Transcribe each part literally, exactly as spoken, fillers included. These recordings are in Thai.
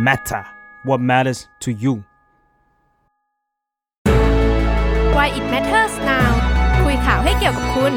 matter what matters to you Why it matters now คุยข่าวให้เกี่ยวกับคุณ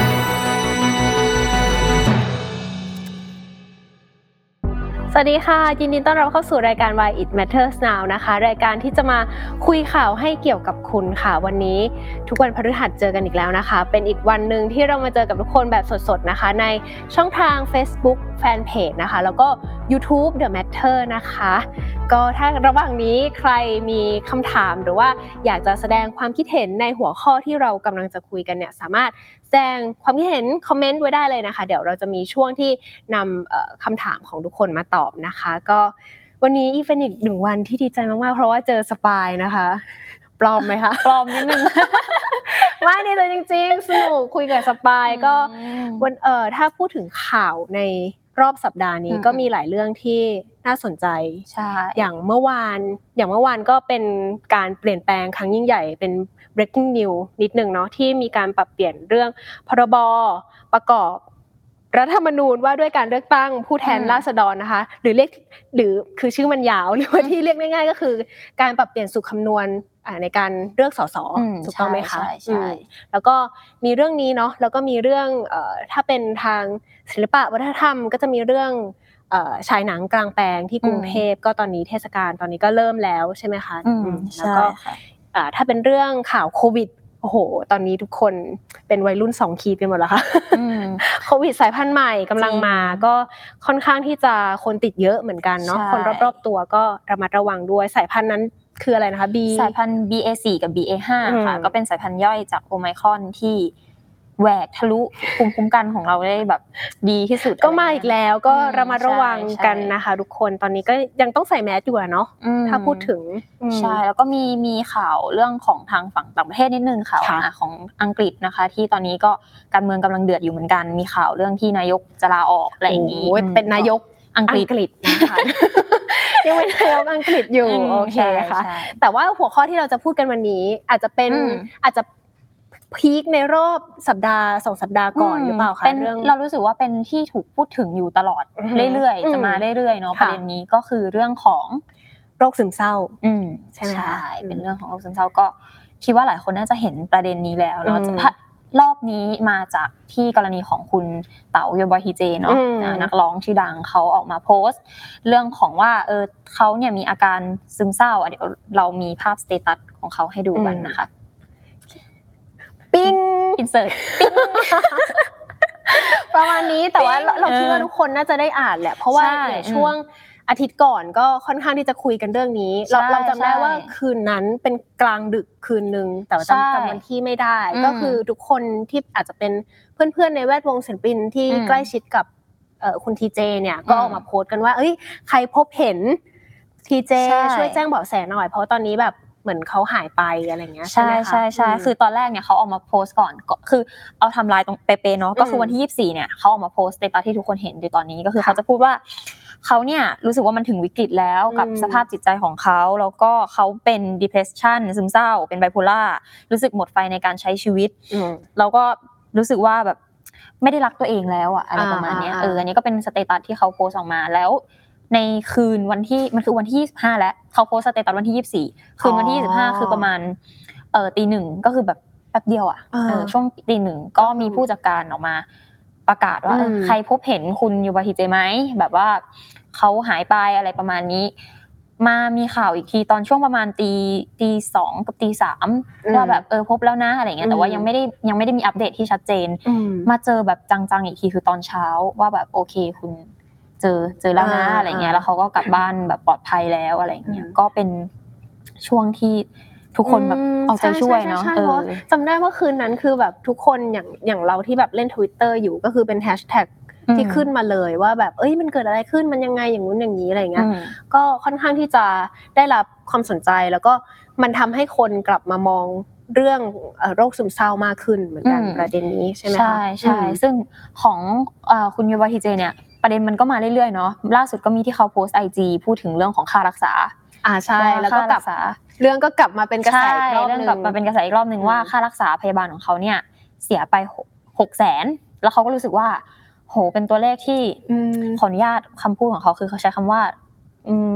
สวัสดีค่ะยินดีต้อนรับเข้าสู่รายการ Why It Matters Now นะคะรายการที่จะมาคุยข่าวให้เกี่ยวกับคุณค่ะวันนี้ทุกวันพฤหัสเจอกันอีกแล้วนะคะเป็นอีกวันนึงที่เรามาเจอกับทุกคนแบบสดๆนะคะในช่องทาง Facebook Fanpage นะคะแล้วก็ YouTube The Matter นะคะก็ถ้าระหว่างนี้ใครมีคำถามหรือว่าอยากจะแสดงความคิดเห็นในหัวข้อที่เรากำลังจะคุยกันเนี่ยสามารถแสดงความคิดเห็นคอมเมนต์ไว้ได้เลยนะคะเดี๋ยวเราจะมีช่วงที่นำเอ่อคำถามของทุกคนมาตอบนะคะก็วันนี้อีเป็นอีกหนึ่งวันที่ดีใจมากๆเพราะว่าเจอสปายนะคะปลอมไหมคะปลอมนิดนึงไม่ดีเลยจริงๆสนุกคุยกับสปายก็วันเอ่อถ้าพูดถึงข่าวในรอบสัปดาห์นี้ก็มีหลายเรื่องที่น่าสนใจใช่อย่างเมื่อวานอย่างเมื่อวานก็เป็นการเปลี่ยนแปลงครั้งยิ่งใหญ่เป็น breaking news นิดนึงเนาะที่มีการปรับเปลี่ยนเรื่องพรบประกอบรัฐธรรมนูญว่าด้วยการเลือกตั้งผู้แทนราษฎรนะคะหรือเรียกหรือคือชื่อมันยาวหรือว่าที่เรียกง่ายๆก็คือการปรับเปลี่ยนสูตรคำนวณในการเลือกสสถูกต้องไหมคะใช่ๆแล้วก็มีเรื่องนี้เนาะแล้วก็มีเรื่องเอ่อถ้าเป็นทางศิลปะวัฒนธรรมก็จะมีเรื่องเอ่อฉายหนังกลางแปลงที่กรุงเทพก็ตอนนี้เทศกาลตอนนี้ก็เริ่มแล้วใช่ไหมคะแล้วก็ถ้าเป็นเรื่องข่าวโควิดโอ้โหตอนนี้ทุกคนเป็นวัยรุ่นสองขีดกันหมดแล้วค่ะโควิดสายพันธุ์ใหม่กำลังมาก็ค่อนข้างที่จะคนติดเยอะเหมือนกันเนาะคนรอบๆตัวก็ระมัดระวังด้วยสายพันธุ์นั้นคืออะไรนะคะ B สายพันธุ์ บี เอ โฟร์ กับ บี เอ ไฟว์ ค่ะก็เป็นสายพันธุ์ย่อยจากโอไมครอนที่แหวกทะลุภูมิคุ้มกันของเราได้แบบดีที่สุดก็มาอีกแล้วก็ระมัดระวังกันนะคะทุกคนตอนนี้ก็ยังต้องใส่แมสอยู่อะเนาะถ้าพูดถึงใช่แล้วก็มีมีข่าวเรื่องของทางฝั่งต่างประเทศนิดนึงข่าวของอังกฤษนะคะที่ตอนนี้ก็การเมืองกำลังเดือดอยู่เหมือนกันมีข่าวเรื่องที่นายกจะลาออกอะไรอย่างนี้เป็นนายกอังกฤษนะคะยังเป็นนายกอังกฤษอยู่โอเคค่ะแต่ว่าหัวข้อที่เราจะพูดกันวันนี้อาจจะเป็นอาจจะพีคในรอบสัปดาห์สองสัปดาห์ก่อนหรือเปล่าคะเรื่องเรารู้สึกว่าเป็นที่ถูกพูดถึงอยู่ตลอดเรื่อยๆจะมาเรื่อยๆเนาะประเด็นนี้ก็คือเรื่องของโรคซึมเศร้าใช่มั้ยคะใช่เป็นเรื่องของโรคซึมเศร้าก็คิดว่าหลายคนน่าจะเห็นประเด็นนี้แล้วเนาะรอบนี้มาจากที่กรณีของคุณเต๋าโยบอยฮีเจเนาะนักร้องชื่อดังเขาออกมาโพสต์เรื่องของว่าเออเขาเนี่ยมีอาการซึมเศร้าเดี๋ยวเรามีภาพสเตตัสของเขาให้ดูกันนะคะปิ้งอินเสิร์ตประมาณนี้แต่ว่าเราคิดว่าทุกคนน่าจะได้อ่านแหละเพราะว่าในช่วงอาทิตย์ก่อนก็ค่อนข้างที่จะคุยกันเรื่องนี้เราเราจำได้ว่าคืนนั้นเป็นกลางดึกคืนนึงแต่จำจำวันที่ไม่ได้ก็คือทุกคนที่อาจจะเป็นเพื่อนๆในแวดวงศิลปินที่ใกล้ชิดกับเอ่อคุณทีเจเนี่ยก็ออกมาโพสต์กันว่าเอ้ยใครพบเห็นทีเจช่วยแจ้งเบาะแสหน่อยเพราะตอนนี้แบบเหมือนเขาหายไปอะไรเงี้ยใช่มั้ยคะใช่ๆๆคือตอนแรกเนี่ยเขาออกมาโพสต์ก่อนคือเอาไทม์ไลน์ตรงเป๊ะๆเนาะก็คือวันที่ยี่สิบสี่เนี่ยเขาออกมาโพสต์สเตตัสที่ทุกคนเห็นอยู่ตอนนี้ก็คือเขาจะพูดว่าเขาเนี่ยรู้สึกว่ามันถึงวิกฤตแล้วกับสภาพจิตใจของเขาแล้วก็เขาเป็น depression ซึมเศร้าเป็น bipolar รู้สึกหมดไฟในการใช้ชีวิตแล้วก็รู้สึกว่าแบบไม่ได้รักตัวเองแล้วอะอะไรประมาณเนี้ยเอออันนี้ก็เป็นสเตตัสที่เขาโพสต์ออกมาแล้วในคืนวันที่มันคือวันที่ยี่สิบห้าแล้วเขาโพสต์สเตตัสวันที่ยี่สิบสี่คืนวันที่ยี่สิบห้าคือประมาณเอ่อตีหนึ่งก็คือแบบแป๊บเดียวอ่ะเออช่วงตีหนึ่งก็มีผู้จัดการออกมาประกาศว่าใครพบเห็นคุณยูบาฮิเจมั้ยแบบว่าเขาหายไปอะไรประมาณนี้มามีข่าวอีกทีตอนช่วงประมาณตีตีสองกับตีสามว่าแบบเออพบแล้วนะอะไรเงี้ยแต่ว่ายังไม่ได้ยังไม่ได้มีอัปเดตที่ชัดเจนมาเจอแบบจังๆอีกทีคือตอนเช้าว่าแบบโอเคคุณเจอเจอแล้วนะอะไรเงี้ยแล้วเขาก็กลับบ้านแบบปลอดภัยแล้วอะไรเงี้ยก็เป็นช่วงที่ทุกคนแบบเอาใจช่วยเนาะเออจำได้ว่าคืนนั้นคือแบบทุกคนอย่างอย่างเราที่แบบเล่น Twitter อยู่ก็คือเป็นแฮชแท็กที่ขึ้นมาเลยว่าแบบเอ้ยมันเกิดอะไรขึ้นมันยังไงอย่างนู้นอย่างนี้อะไรเงี้ยก็ค่อนข้างที่จะได้รับความสนใจแล้วก็มันทำให้คนกลับมามองเรื่องโรคซึมเศร้ามากขึ้นเหมือนกันประเด็นนี้ใช่ไหมคะใช่ๆซึ่งของคุณยูบาฮิเจเนี่ยประเด็นมันก็มาเรื่อยๆเนาะล่าสุดก็มีที่เขาโพสต์ ไอ จี พูดถึงเรื่องของค่ารักษาอ่าใช่แล้วก็กลับเรื่องก็กลับมาเป็นกระแสอีกรอบนึงเรื่องกลับมาเป็นกระแสอีกรอบนึงว่าค่ารักษาพยาบาลของเขาเนี่ยเสียไป หกแสน แล้วเขาก็รู้สึกว่าโหเป็นตัวเลขที่ขออนุญาตคำพูดของเขาคือเขาใช้คำว่าอืม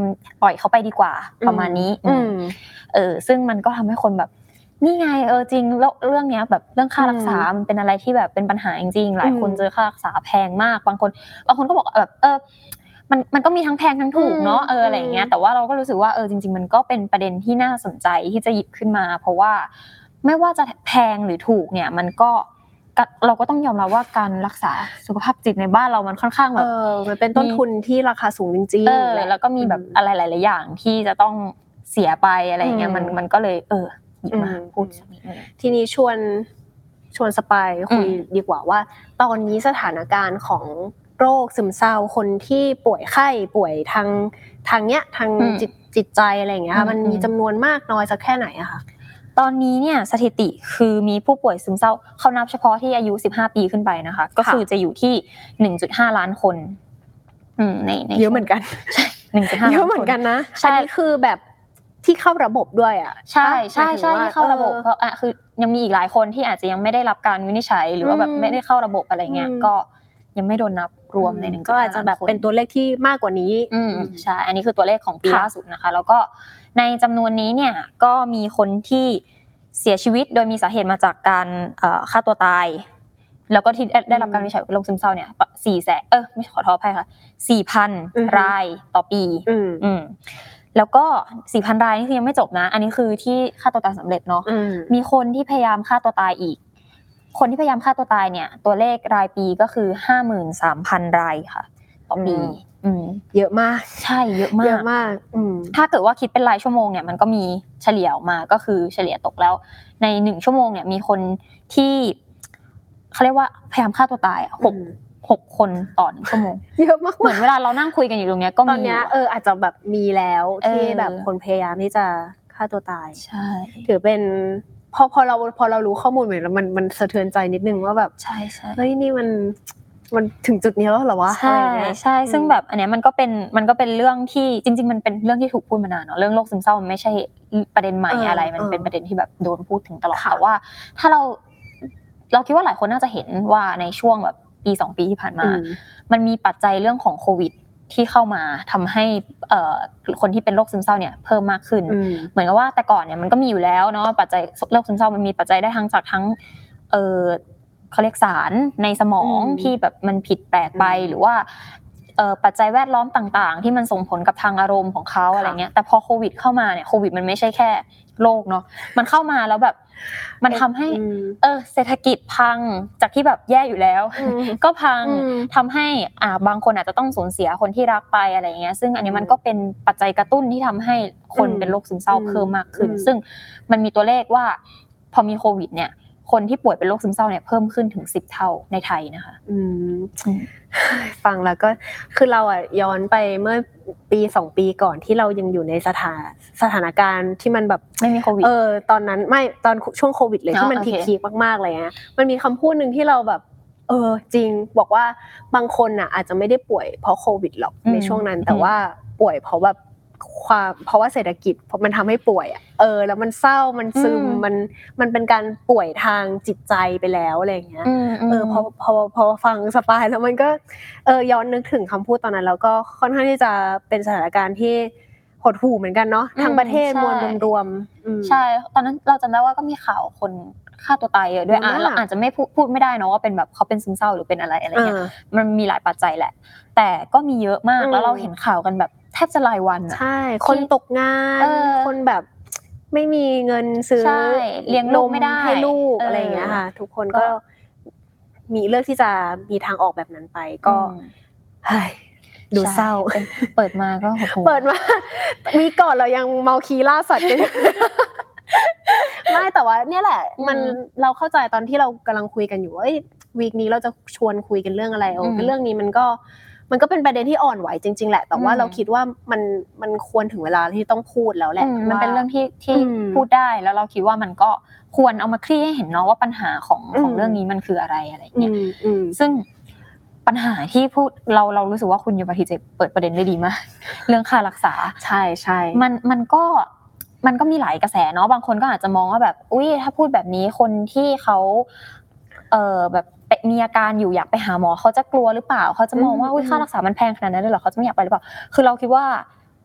ปล่อยเขาไปดีกว่าประมาณนี้อืมเออซึ่งมันก็ทำให้คนแบบนี่ไงเออจริงแล้วเรื่องเนี้ยแบบเรื่องค่ารักษามันเป็นอะไรที่แบบเป็นปัญหาจริงๆหลายคนเจอค่ารักษาแพงมากบางคนบางคนก็บอกแบบเออมันมันก็มีทั้งแพงทั้งถูกเนาะเอออะไรอย่างเงี้ยแต่ว่าเราก็รู้สึกว่าเออจริงๆมันก็เป็นประเด็นที่น่าสนใจที่จะหยิบขึ้นมาเพราะว่าไม่ว่าจะแพงหรือถูกเนี่ยมันก็เราก็ต้องยอมรับว่าการรักษาสุขภาพจิตในบ้านเรามันค่อนข้างแบบเออมันเป็นต้นทุนที่ราคาสูงจริงๆเออแล้วก็มีแบบอะไรหลายๆอย่างที่จะต้องเสียไปอะไรอย่างเงี้ยมันมันก็เลยเออหยิบมาพูดสักนิดนึงทีนี้ชวนชวนสปายคุยดีกว่าว่าตอนนี้สถานการณ์ของโรคซึมเศร้าคนที่ป่วยไข้ป่วยทางทางเนี้ยทางจิตจิตใจอะไรอย่างเงี้ยค่ะมันมีจำนวนมากน้อยสักแค่ไหนอะคะตอนนี้เนี่ยสถิติคือมีผู้ป่วยซึมเศร้าเขานับเฉพาะที่อายุสิบห้าปีขึ้นไปนะคะก็คือจะอยู่ที่ หนึ่งจุดห้า ล้านคนอืมในในเยอะเหมือนกันใช่ หนึ่งจุดห้า ล้านคนเยอะเหมือนกันนะอันนี้คือแบบที่เข้าระบบด้วยอ่ะใช่ๆๆที่เข้าระบบเพราะอ่ะคือยังมีอีกหลายคนที่อาจจะยังไม่ได้รับการวินิจฉัยหรือว่าแบบไม่ได้เข้าระบบอะไรเงี้ยก็ยังไม่โดนนับรวมในหนึ่งก็อาจจะแบบเป็นตัวเลขที่มากกว่านี้อืมใช่อันนี้คือตัวเลขของปีล่าสุดนะคะแล้วก็ในจำนวนนี้เนี่ยก็มีคนที่เสียชีวิตโดยมีสาเหตุมาจากการเอ่อฆ่าตัวตายแล้วก็ที่ได้รับการวินิจฉัยเป็นโรคซึมเศร้าเนี่ยสี่แสนเออไม่ขอโทษอภัยค่ะ สี่พัน รายต่อปีอืมแล้วก็ สี่พัน รายนี่คือยังไม่จบนะอันนี้คือที่ฆ่าตัวตายสำเร็จเนาะมีคนที่พยายามฆ่าตัวตายอีกคนที่พยายามฆ่าตัวตายเนี่ยตัวเลขรายปีก็คือ ห้าหมื่นสามพัน รายค่ะต่อปีอืมเยอะมากใช่เยอะมากเยอะมากอืมถ้าเกิดว่าคิดเป็นรายชั่วโมงเนี่ยมันก็มีเฉลี่ยออกมาก็คือเฉลี่ยตกแล้วในหนึ่งชั่วโมงเนี่ยมีคนที่เค้าเรียกว่าพยายามฆ่าตัวตายอ่ะหก หกคนต่อหนึ่งชั่วโมงเยอะมากเหมือนเวลาเรานั่งคุยกันอยู่ตรงเนี้ยก็มีตอนเนี้ยเอออาจจะแบบมีแล้วที่แบบคนพยายามที่จะฆ่าตัวตายใช่ถือเป็นพอพอเราพอเรารู้ข้อมูลเหมือนแล้วมันมันสะเทือนใจนิดนึงว่าแบบใช่ๆเฮ้ยนี่มันมันถึงจุดนี้แล้วเหรอวะใช่ใช่ซึ่งแบบอันเนี้ยมันก็เป็นมันก็เป็นเรื่องที่จริงๆมันเป็นเรื่องที่ถูกพูดมานานเนาะเรื่องโรคซึมเศร้ามันไม่ใช่ประเด็นใหม่อะไรมันเป็นประเด็นที่แบบโดนพูดถึงตลอดแต่ว่าถ้าเราเราคิดว่าหลายคนน่าจะเห็นว่าในช่วงแบบปีสองปีที่ผ่านมามันมีปัจจัยเรื่องของโควิดที่เข้ามาทำให้เอ่อคนที่เป็นโรคซึมเศร้าเนี่ยเพิ่มมากขึ้นเหมือนกับว่าแต่ก่อนเนี่ยมันก็มีอยู่แล้วเนาะปัจจัยโรคซึมเศร้ามันมีปัจจัยได้ทั้งจากทั้งเอ่อเขาเรียกสารในสมองที่แบบมันผิดแปลกไปหรือว่าเอ่อปัจจัยแวดล้อมต่างๆที่มันส่งผลกับทางอารมณ์ของเขาอะไรเงี้ยแต่พอโควิดเข้ามาเนี่ยโควิดมันไม่ใช่แค่โรคเนาะมันเข้ามาแล้วแบบมันทำให้เออเศรษฐกิจพังจากที่แบบแย่อยู่แล้วก็พังทำให้อ่าบางคนอาจจะต้องสูญเสียคนที่รักไปอะไรเงี้ยซึ่งอันนี้มันก็เป็นปัจจัยกระตุ้นที่ทำให้คนเป็นโรคซึมเศร้าเพิ่มมากขึ้นซึ่งมันมีตัวเลขว่าพอมีโควิดเนี่ยคนที่ป่วยเป็นโรคซึมเศร้าเนี่ยเพิ่มขึ้นถึงสิบเท่าในไทยนะคะอืมฟังแล้วก็คือเราอ่ะย้อนไปเมื่อปีสองปีก่อนที่เรายังอยู่ในสถานสถานการณ์ที่มันแบบไม่มีโควิดเออตอนนั้นไม่ตอนช่วงโควิดเลยที่มันพีคๆมากๆเลยนะมันมีคำพูดนึงที่เราแบบเออจริงบอกว่าบางคนน่ะอาจจะไม่ได้ป่วยเพราะโควิดหรอกในช่วงนั้นแต่ว่าป่วยเพราะแบบความเพราะว่าเศรษฐกิจเพราะมันทำให้ป่วยอ่ะเออแล้วมันเศร้ามันซึมมันมันเป็นการป่วยทางจิตใจไปแล้วอะไรอย่างเงี้ยเออพอพอพอฟังสปายแล้วมันก็เออย้อนนึกถึงคำพูดตอนนั้นแล้วก็ค่อนข้างที่จะเป็นสถานการณ์ที่หดหู่เหมือนกันเนาะทั้งประเทศมวลรวมๆใช่ตอนนั้นเราจำได้ว่าก็มีข่าวคนฆ่าตัวตายเยอะด้วยอ่ะเราอาจจะไม่พูดไม่ได้เนาะว่าเป็นแบบเขาเป็นซึมเศร้าหรือเป็นอะไรอะไรเงี้ยมันมีหลายปัจจัยแหละแต่ก็มีเยอะมากแล้วเราเห็นข่าวกันแบบแทบจะรายวันอ่ะใช่คนตกงานคนแบบไม่มีเงินซื้อเลี้ยงลูกไม่ได้ให้ลูกอะไรอย่างเงี้ยค่ะทุกคนก็มีเลือกที่จะมีทางออกแบบนั้นไปก็เฮ้ยดูเศร้าเปิดมาก็เปิดมามีก่อนเรายังเมาคีล่าสัตว์กันไม่แต่ว่าเนี่ยแหละมันเราเข้าใจตอนที่เรากำลังคุยกันอยู่ว่าวีคนี้เราจะชวนคุยกันเรื่องอะไรโอ้เรื่องนี้มันก็มันก็เป็นประเด็นที่อ่อนไหวจริงๆแหละแต่ว่าเราคิดว่ามันมันควรถึงเวลาที่ต้องพูดแล้วแหละมันเป็นเรื่องที่ที่พูดได้แล้วเราคิดว่ามันก็ควรเอามาคลี่ให้เห็นเนาะว่าปัญหาของของเรื่องนี้มันคืออะไรอะไรเงี้ยซึ่งปัญหาที่พูดเราเรารู้สึกว่าคุณยมทิเจเปิดประเด็นได้ดีมากเรื่องค่ารักษาใช่ใช่มันมันก็มันก็มีหลายกระแสเนาะบางคนก็อาจจะมองว่าแบบอุ๊ยถ้าพูดแบบนี้คนที่เขาเอ่อแบบมีอาการอยู่อยากไปหาหมอเขาจะกลัวหรือเปล่าเขาจะมองว่าอุ๊ยค่ารักษามันแพงขนาดนั้นเลยเหรอเขาจะไม่อยากไปหรือเปล่าคือเราคิดว่า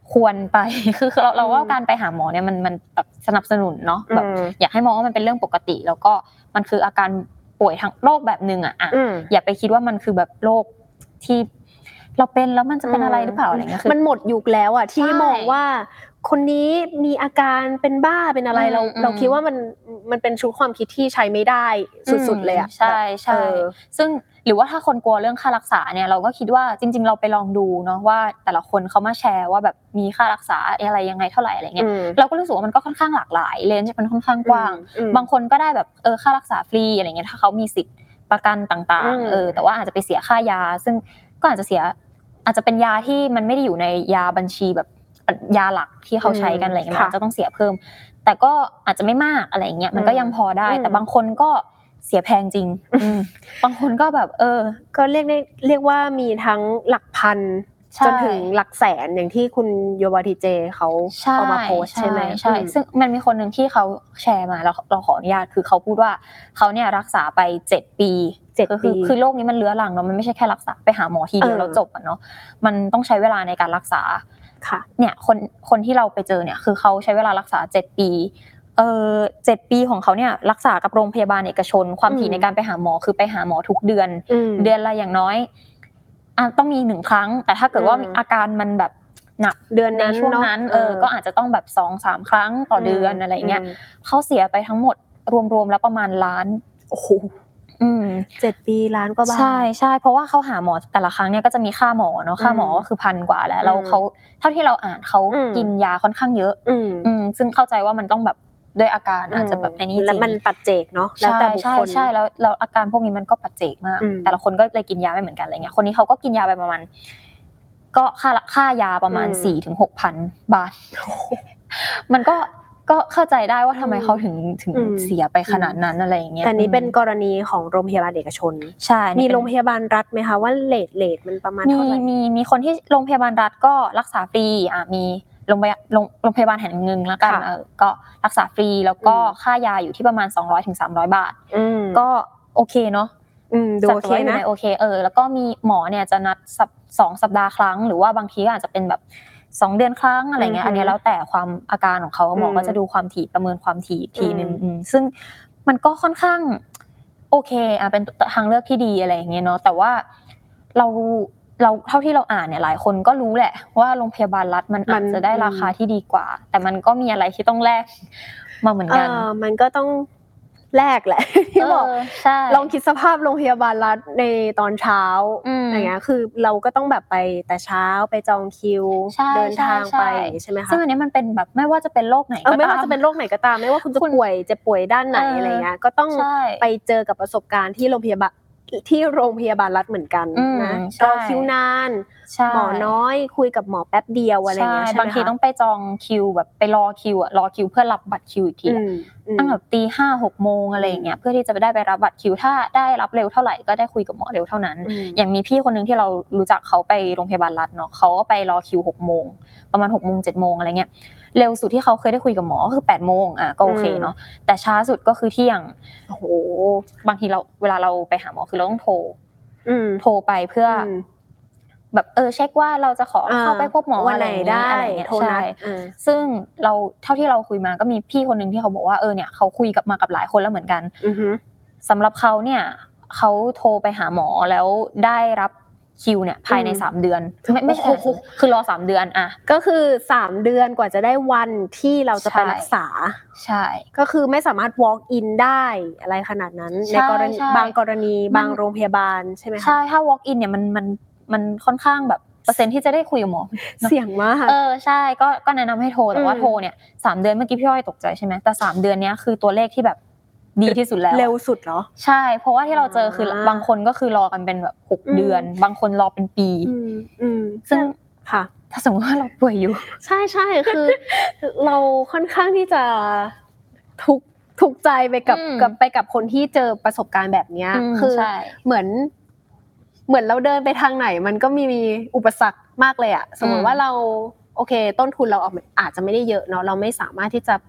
ควรไป คือเราเราว่าการไปหาหมอเนี่ยมันมันแบบสนับสนุนเนาะแบบอยากให้มองว่ามันเป็นเรื่องปกติแล้วก็มันคืออาการป่วยทางโรคแบบนึงอ่ะอ่ะอย่าไปคิดว่ามันคือแบบโรคที่เราเป็นแล้วมันจะเป็นอะไรหรือเปล่าอะไรเงี้ยคือมันหมดยุคแล้วอ่ะที่มองว่าคนนี้มีอาการเป็นบ้าเป็นอะไรเราเราคิดว่ามันมันเป็นชุดความคิดที่ใช้ไม่ได้สุดๆเลยอ่ะใช่ๆซึ่งหรือว่าถ้าคนกลัวเรื่องค่ารักษาเนี่ยเราก็คิดว่าจริงๆเราไปลองดูเนาะว่าแต่ละคนเขามาแชร์ว่าแบบมีค่ารักษาอะไรยังไงเท่าไหร่อะไรเงี้ยเราก็รู้สึกว่ามันก็ค่อนข้างหลากหลายเลนจ์มันค่อนข้างกว้างบางคนก็ได้แบบเออค่ารักษาฟรีอะไรเงี้ยถ้าเขามีสิทธิ์ประกันต่างๆเออแต่ว่าอาจจะไปเสียค่ายาซึ่งก็อาจจะเสียอาจจะเป็นยาที่มันไม่ได้อยู่ในยาบัญชีแบบยาหลักที่เขาใช้กันอะไรเงี้ยมันจะต้องเสียเพิ่มแต่ก็อาจจะไม่มากอะไรเงี้ยมันก็ยังพอได้แต่บางคนก็เสียแพงจริงบางคนก็แบบเออก็เรียกได้เรียกว่ามีทั้งหลักพันจนถึงหลักแสนอย่างที่คุณโยวาทีเจเขาเอามาโพสใช่ไหมใช่ซึ่งมันมีคนนึงที่เขาแชร์มาแล้วเราขออนุญาตคือเขาพูดว่าเขาเนี่ยรักษาไปเจ็ดปีก็คือคือโรคนี้มันเรื้อรังเนาะมันไม่ใช่แค่รักษาไปหาหมอทีเดียวแล้วจบอ่ะเนาะมันต้องใช้เวลาในการรักษาค่ะเนี่ยคนคนที่เราไปเจอเนี่ยคือเขาใช้เวลารักษาเจ็ดปีเอ่อเจ็ดปีของเขาเนี่ยรักษากับโรงพยาบาลเอกชนความถี่ในการไปหาหมอคือไปหาหมอทุกเดือนเดือนละอย่างน้อยอ่ะต้องมีหนึ่งครั้งแต่ถ้าเกิดว่าอาการมันแบบหนักเดือนในช่วงนั้นเออก็อาจจะต้องแบบ สองถึงสาม ครั้งต่อเดือนอะไรเงี้ยเขาเสียไปทั้งหมดรวมๆแล้วประมาณล้านโอ้โหอืมเจ็ดปีล้านกว่าบาทใช่ๆเพราะว่าเขาหาหมอแต่ละครั้งเนี่ยก็จะมีค่าหมอเนาะค่าหมอก็คือพันกว่าแล้วแล้วเขาเท่าที่เราอ่านเขากินยาค่อนข้างเยอะอืมซึ่งเข้าใจว่ามันต้องแบบด้วยอาการอาจจะแบบไอ้นี่จริงแล้วมันปัจเจกเนาะแล้วแต่บุคคลใช่ๆแล้วแล้วอาการพวกนี้มันก็ปัจเจกมากแต่ละคนก็เลยกินยาไม่เหมือนกันอะไรเงี้ยคนนี้เขาก็กินยาไปประมาณก็ค่าค่ายาประมาณ สี่ถึงหกพัน บาทมันก็ก็เข้าใจได้ว่าทำไมเขาถึงถึงเสียไปขนาดนั้นอะไรอย่างเงี้ยแต่นี้เป็นกรณีของโรงพยาบาลเอกชนใช่มีโรงพยาบาลรัฐไหมคะว่าเรทเรทมันประมาณเท่าไหร่มีมีมีคนที่โรงพยาบาลรัฐก็รักษาฟรีอ่ะมีโรงพยาบาลโรงพยาบาลแห่งนึงแล้วกันเออก็รักษาฟรีแล้วก็ค่ายาอยู่ที่ประมาณสองร้อยถึงสามร้อยบาทก็โอเคเนาะอืมดูโอเคนะโอเคเออแล้วก็มีหมอเนี่ยจะนัดสองสัปดาห์ครั้งหรือว่าบางทีก็อาจจะเป็นแบบสองเดือนครั้งอะไรเงี้ยอันนี้แล้วแต่ความอาการของเขาหมอก็จะดูความถี่ประเมินความถี่อีกทีนึงซึ่งมันก็ค่อนข้างโอเคอ่ะเป็นทางเลือกที่ดีอะไรอย่างเงี้ยเนาะแต่ว่าเราเราเท่าที่เราอ่านเนี่ยหลายคนก็รู้แหละว่าโรงพยาบาลรัฐมันอาจจะได้ราคาที่ดีกว่าแต่มันก็มีอะไรที่ต้องแลกมาเหมือนกันเออมันก็ต้องแรกแหละที่บอกลองคิดสภาพโรงพยาบาลรัฐในตอนเช้าอย่างเงี้ยคือเราก็ต้องแบบไปแต่เช้าไปจองคิวเดินทางไปใช่ไหมคะซึ่งอันนี้มันเป็นแบบไม่ว่าจะเป็นโรคไหนก็ตามไม่ว่าจะเป็นโรคไหนก็ตามไม่ว่าคุณจะป่วยจะป่วยด้านไหนอะไรเงี้ยก็ต้องไปเจอกับประสบการณ์ที่โรงพยาบาลที่โรงพยาบาลรัฐเหมือนกันนะจองคิวนานหมอน้อยคุยกับหมอแป๊บเดียวอะไรเงี้ยใช่มั้ยคะบางทีต้องไปจองคิวแบบไปรอคิวอ่ะรอคิวเพื่อรับบัตรคิวอีกทีตั้งแต่ตีห้า หกโมงอะไรอย่างเงี้ยเพื่อที่จะไปได้ไปรับบัตรคิวถ้าได้รับเร็วเท่าไหร่ก็ได้คุยกับหมอเร็วเท่านั้นอย่างมีพี่คนนึงที่เรารู้จักเขาไปโรงพยาบาลรัฐเนาะเขาก็ไปรอคิว หกโมงประมาณ หกโมง เจ็ดโมงอะไรเงี้ยเร็วสุดที่เขาเคยได้คุยกับหมอก็คือ แปดโมงอ่ะก็โอเคเนาะแต่ช้าสุดก็คือเที่ยงโอ้โหบางทีเราเวลาเราไปหาหมอคือเราต้องโทรโทรไปเพื่อแบบเออเช็คว่าเราจะขอเข้าไปพบหมอวันไหนได้ใช่ซึ่งเราเท่าที่เราคุยมาก็มีพี่คนนึงที่เขาบอกว่าเออเนี่ยเขาคุยกับมากับหลายคนแล้วเหมือนกันสำหรับเขาเนี่ยเขาโทรไปหาหมอแล้วได้รับคิวเนี่ยภายในสามเดือนไม่ไม่ใช่คือรอสามเดือนอ่ะก็คือสามเดือนกว่าจะได้วันที่เราจะไปรักษาใช่ก็คือไม่สามารถ walk in ได้อะไรขนาดนั้นในกรณีบางกรณีบางโรงพยาบาลใช่มั้ยคะใช่ถ้า walk in เนี่ยมันมันมันค่อนข้างแบบเปอร์เซ็นต์ที่จะได้คุยกับหมอเสี่ยงมากเออใช่ก็ก็แนะนำให้โทรแต่ว่าโทรเนี่ยสามเดือนเมื่อกี้พี่อ้อยตกใจใช่มั้ยแต่สามเดือนเนี้ยคือตัวเลขที่แบบดีที่สุดแล้วเร็วสุดเหรอใช่เพราะว่าที่เราเจอคือบางคนก็คือรอกันเป็นแบบหกเดือนบางคนรอเป็นปีซึ่งค่ะถ้าสมมุติว่าเราป่วยอยู่ใช่ๆคือเราค่อนข้างที่จะทุกทุกใจไปกับกับไปกับคนที่เจอประสบการณ์แบบเนี้ยคือเหมือนเหมือนเราเดินไปทางไหนมันก็มีอุปสรรคมากเลยอ่ะสมมุติว่าเราโอเคต้นทุนเราอาจจะไม่ได้เยอะเนาะเราไม่สามารถที่จะ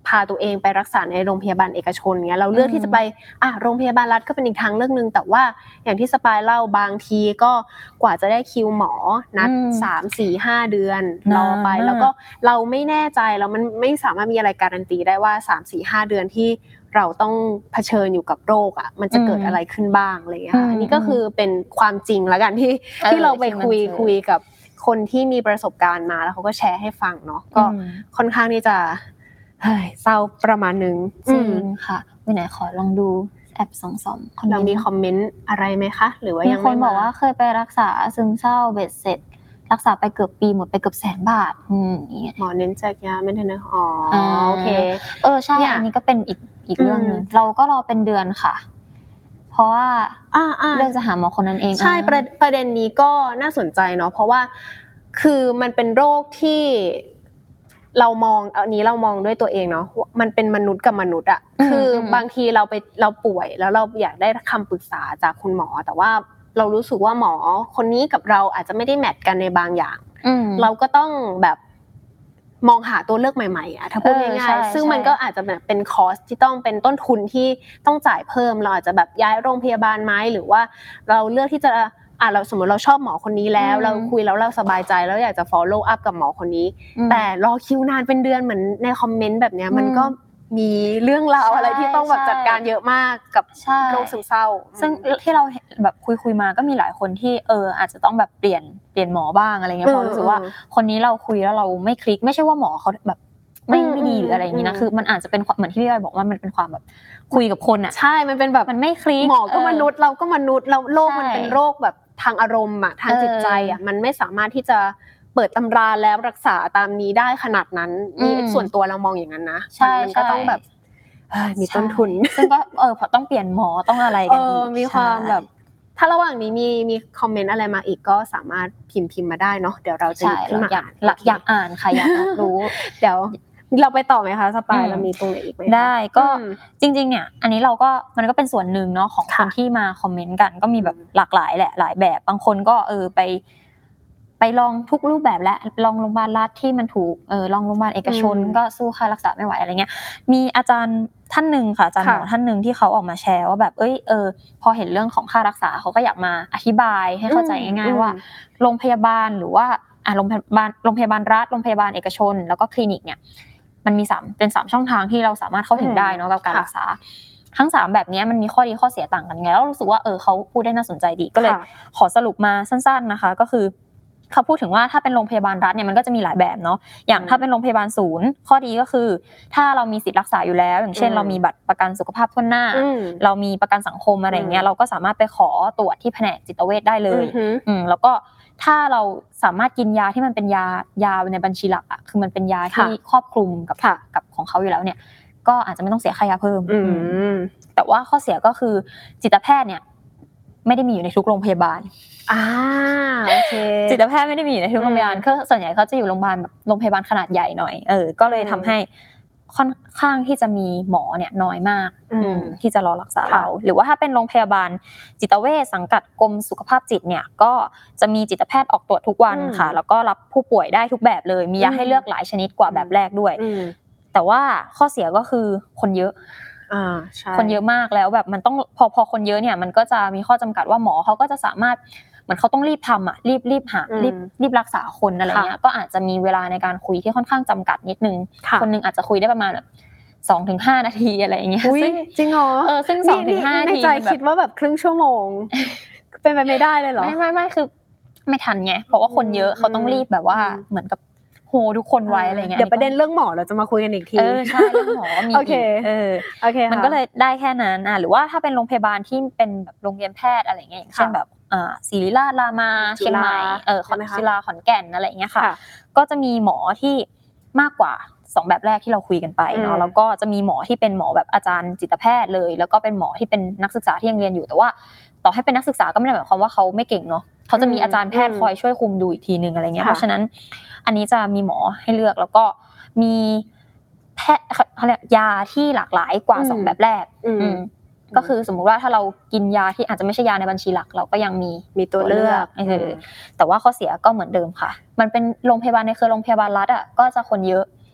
พาตัวเองไปรักษาในโรงพยาบาลเอกชนเงี้ยเราเลือกที่จะไปอ่ะโรงพยาบาลรัฐก็เป็นอีกทางเลือกนึงแต่ว่าอย่างที่สปายเล่าบางทีก็กว่าจะได้คิวหมอนัดสาม สี่ ห้าเดือนรอไปแล้วก็เราไม่แน่ใจแล้วมันไม่สามารถมีอะไรการันตีได้ว่าสาม สี่ ห้าเดือนที่เราต้องเผชิญอยู่กับโรคอ่ะมันจะเกิดอะไรขึ้นบ้างอะไรอย่างเงี้ยค่ะอันนี้ก็คือเป็นความจริงแล้วกันที่ที่เราไปคุยคุยกับคนที่มีประสบการณ์มาแล้วเขาก็แชร์ให้ฟังเนาะก็ค่อนข้างที่จะเฮ้ยเศร้าประมาณนึงจริงค่ะวันไหนขอลองดูแอปสองสองเรามีคอมเมนต์อะไรไหมคะหรือว่ายังไม่มีคนบอกว่าเคยไปรักษาซึมเศร้าเบ็ดเสร็จรักษาไปเกือบปีหมดไปเกือบแสนบาทอืมหมอเน้นแจกยาไม่ได้นะอ๋อโอเคเออใช่อันนี้ก็เป็นอีกอีกเรื่องนึงเราก็รอเป็นเดือนค่ะเพราะว่าเรื่องจะหาหมอคนนั้นเองใช่ประเด็นนี้ก็น่าสนใจเนาะเพราะว่าคือมันเป็นโรคที่เรามองอันนี้เรามองด้วยตัวเองเนาะมันเป็นมนุษย์กับมนุษย์อะคือบางทีเราไปเราป่วยแล้วเราอยากได้คำปรึกษาจากคุณหมอแต่ว่าเรารู้สึกว่าหมอคนนี้กับเราอาจจะไม่ได้แมทกันในบางอย่างเราก็ต้องแบบมองหาตัวเลือกใหม่ๆอ่ะถ้าพูดง่ายๆซึ่งมันก็อาจจะแบบเป็นคอสที่ต้องเป็นต้นทุนที่ต้องจ่ายเพิ่มเราอาจจะแบบย้ายโรงพยาบาลไหมหรือว่าเราเลือกที่จะอ่ะเราสมมติเราชอบหมอคนนี้แล้วเราคุยแล้วเราสบายใจแล้วอยากจะ follow up กับหมอคนนี้แต่รอคิวนานเป็นเดือนเหมือนในคอมเมนต์แบบเนี้ยมันก็มีเรื่องราวอะไรที่ต้องแบบจัดการเยอะมากกับโรคซึมเศร้าซึ่งที่เราแบบคุยๆมาก็มีหลายคนที่เอออาจจะต้องแบบเปลี่ยนเปลี่ยนหมอบ้างอะไรเงี้ยเพราะรู้สึกว่าคนนี้เราคุยแล้วเราไม่คลิกไม่ใช่ว่าหมอเขาแบบไม่ไม่ดีหรืออะไรอย่างงี้นะคือมันอาจจะเป็นเหมือนที่พี่อ้อยบอกว่ามันเป็นความแบบคุยกับคนอ่ะใช่มันเป็นแบบมันไม่คลิกหมอก็มนุษย์เราก็มนุษย์แล้วโรคมันเป็นโรคแบบทางอารมณ์อ่ะทางจิตใจอ่ะมันไม่สามารถที่จะเปิดตำราแล้วรักษาตามนี้ได้ขนาดนั้นนี่ส่วนตัวเรามองอย่างนั้นนะมันก็ต้องแบบมีต้นทุนซึ่งก็เออพอต้องเปลี่ยนหมอต้องอะไรกันอีกมีความแบบถ้าระหว่างนี้มีมีคอมเมนต์อะไรมาอีกก็สามารถพิมพ์พิมพ์มาได้เนาะเดี๋ยวเราจะหยิบขึ้นมาอ่านอยากอ่านค่ะอยากรู้เดี๋ยวเราไปต่อไหมคะสปายเรามีตรงไหนอีกไหมได้ก็จริงๆเนี่ยอันนี้เราก็มันก็เป็นส่วนหนึ่งเนาะของคนที่มาคอมเมนต์กันก็มีแบบหลากหลายแหละหลายแบบบางคนก็เออไปไปลองทุกรูปแบบและลองโรงพยาบาลรัฐที่มันถูกเออลองโรงพยาบาลเอกชนก็สู้ค่ารักษาไม่ไหวอะไรเงี้ยมีอาจารย์ท่านนึงค่ะอาจารย์หมอท่านนึงที่เขาออกมาแชร์ว่าแบบเอ้ยเออพอเห็นเรื่องของค่ารักษาเขาก็อยากมาอธิบายให้เข้าใจง่ายๆว่าโรงพยาบาลหรือว่าอ่ะโรงพยาบาลโรงพยาบาลรัฐโรงพยาบาลเอกชนแล้วก็คลินิกเนี่ยมันมีสามเป็นสามช่องทางที่เราสามารถเข้าถึงได้เนาะกับการรักษาทั้งสามแบบนี้มันมีข้อดีข้อเสียต่างกันไงแล้วรู้สึกว่าเออเขาพูดได้น่าสนใจดีก็เลยขอสรุปมาสั้นๆนะคะก็คือเขาพูดถึงว่าถ้าเป็นโรงพยาบาลรัฐเนี่ยมันก็จะมีหลายแบบเนาะอย่างถ้าเป็นโรงพยาบาลศูนย์ข้อดีก็คือถ้าเรามีสิทธิ์รักษาอยู่แล้วอย่างเช่นเรามีบัตรประกันสุขภาพทั่วหน้าเรามีประกันสังคมอะไรอย่างเงี้ยเราก็สามารถไปขอตรวจที่แผนกจิตเวชได้เลยอืมแล้วก็ถ้าเราสามารถกินยาที่มันเป็นยายาในบัญชีหลักอ่ะคือมันเป็นยาที่ครอบคลุมกับกับของเขาอยู่แล้วเนี่ยก็อาจจะไม่ต้องเสียค่ายาเพิ่มแต่ว่าข้อเสียก็คือจิตแพทย์เนี่ยไม่ได้มีอยู่ในทุกโรงพยาบาลอ่าโอเคจิตแพทย์ไม่ได้มีอยู่ในทุกโรงพยาบาลก็ส่วนใหญ่เขาจะอยู่โรงพยาบาลแบบโรงพยาบาลขนาดใหญ่หน่อยเออก็เลยทำให้ค่อนข้างที่จะมีหมอเนี่ยน้อยมากที่จะรอรักษาเราหรือว่าถ้าเป็นโรงพยาบาลจิตเวชสังกัดกรมสุขภาพจิตเนี่ยก็จะมีจิตแพทย์ออกตรวจทุกวันค่ะแล้วก็รับผู้ป่วยได้ทุกแบบเลยมียาให้เลือกหลายชนิดกว่าแบบแรกด้วยแต่ว่าข้อเสียก็คือคนเยอะอ่าใช่คนเยอะมากแล้วแบบมันต้องพอพอคนเยอะเนี่ยมันก็จะมีข้อจำกัดว่าหมอเขาก็จะสามารถเหมือนเขาต้องรีบทำอ่ะรีบรีบหารีบรีบรักษาคนอะไรเงี้ยก็อาจจะมีเวลาในการคุยที่ค่อนข้างจำกัดนิดนึงคนนึงอาจจะคุยได้ประมาณแบบสองถึงห้านาทีอะไรอย่างเงี้ยซึ่งจริงเหรอเออซึ่งสองถึงห้านาทีในใจคิดว่าแบบครึ่งชั่วโมงเป็นไปไม่ได้เลยเหรอไม่ไม่ๆคือไม่ทันไงเพราะว่าคนเยอะเขาต้องรีบแบบว่าเหมือนกับโหทุกคนไว้อะไรเงี้ยเดี๋ยวประเด็นเรื่องหมอเราจะมาคุยกันอีกทีเออใช่เรื่องหมอมีอีกเออโอเคมันก็เลยได้แค่นั้นอ่ะหรือว่าถ้าเป็นโรงพยาบาลที่เป็นแบบโรงเรียนแพทย์อะไรเงี้ยอย่างเช่นแบบอ่าศิริราชรามาเชียงใหม่เออศิลาขอนแก่นอะไรอย่างเงี้ยค่ะก็จะมีหมอที่มากกว่าสองแบบแรกที่เราคุยกันไปเนาะแล้วก็จะมีหมอที่เป็นหมอแบบอาจารย์จิตแพทย์เลยแล้วก็เป็นหมอที่เป็นนักศึกษาที่ยังเรียนอยู่แต่ว่าต่อให้เป็นนักศึกษาก็ไม่ได้หมายความว่าเขาไม่เก่งเนาะเขาจะมีอาจารย์แพทย์คอยช่วยคุมดูอีกทีนึงอะไรเงี้ยเพราะฉะนั้นอันนี้จะมีหมอให้เลือกแล้วก็มีแพทย์เขาเรียกยาที่หลากหลายกว่าสองแบบแรกก็คือสมมุติว่าถ้าเรากินยาที่อาจจะไม่ใช่ยาในบัญชีหลักเราก็ยังมีมีตัวเลือกเออแต่ว่าข้อเสียก็เหมือนเดิมค่ะมันเป็นโรงพยาบาลในเครือโรงพยาบาลรัฐอ่ะก็จะคนเยอะ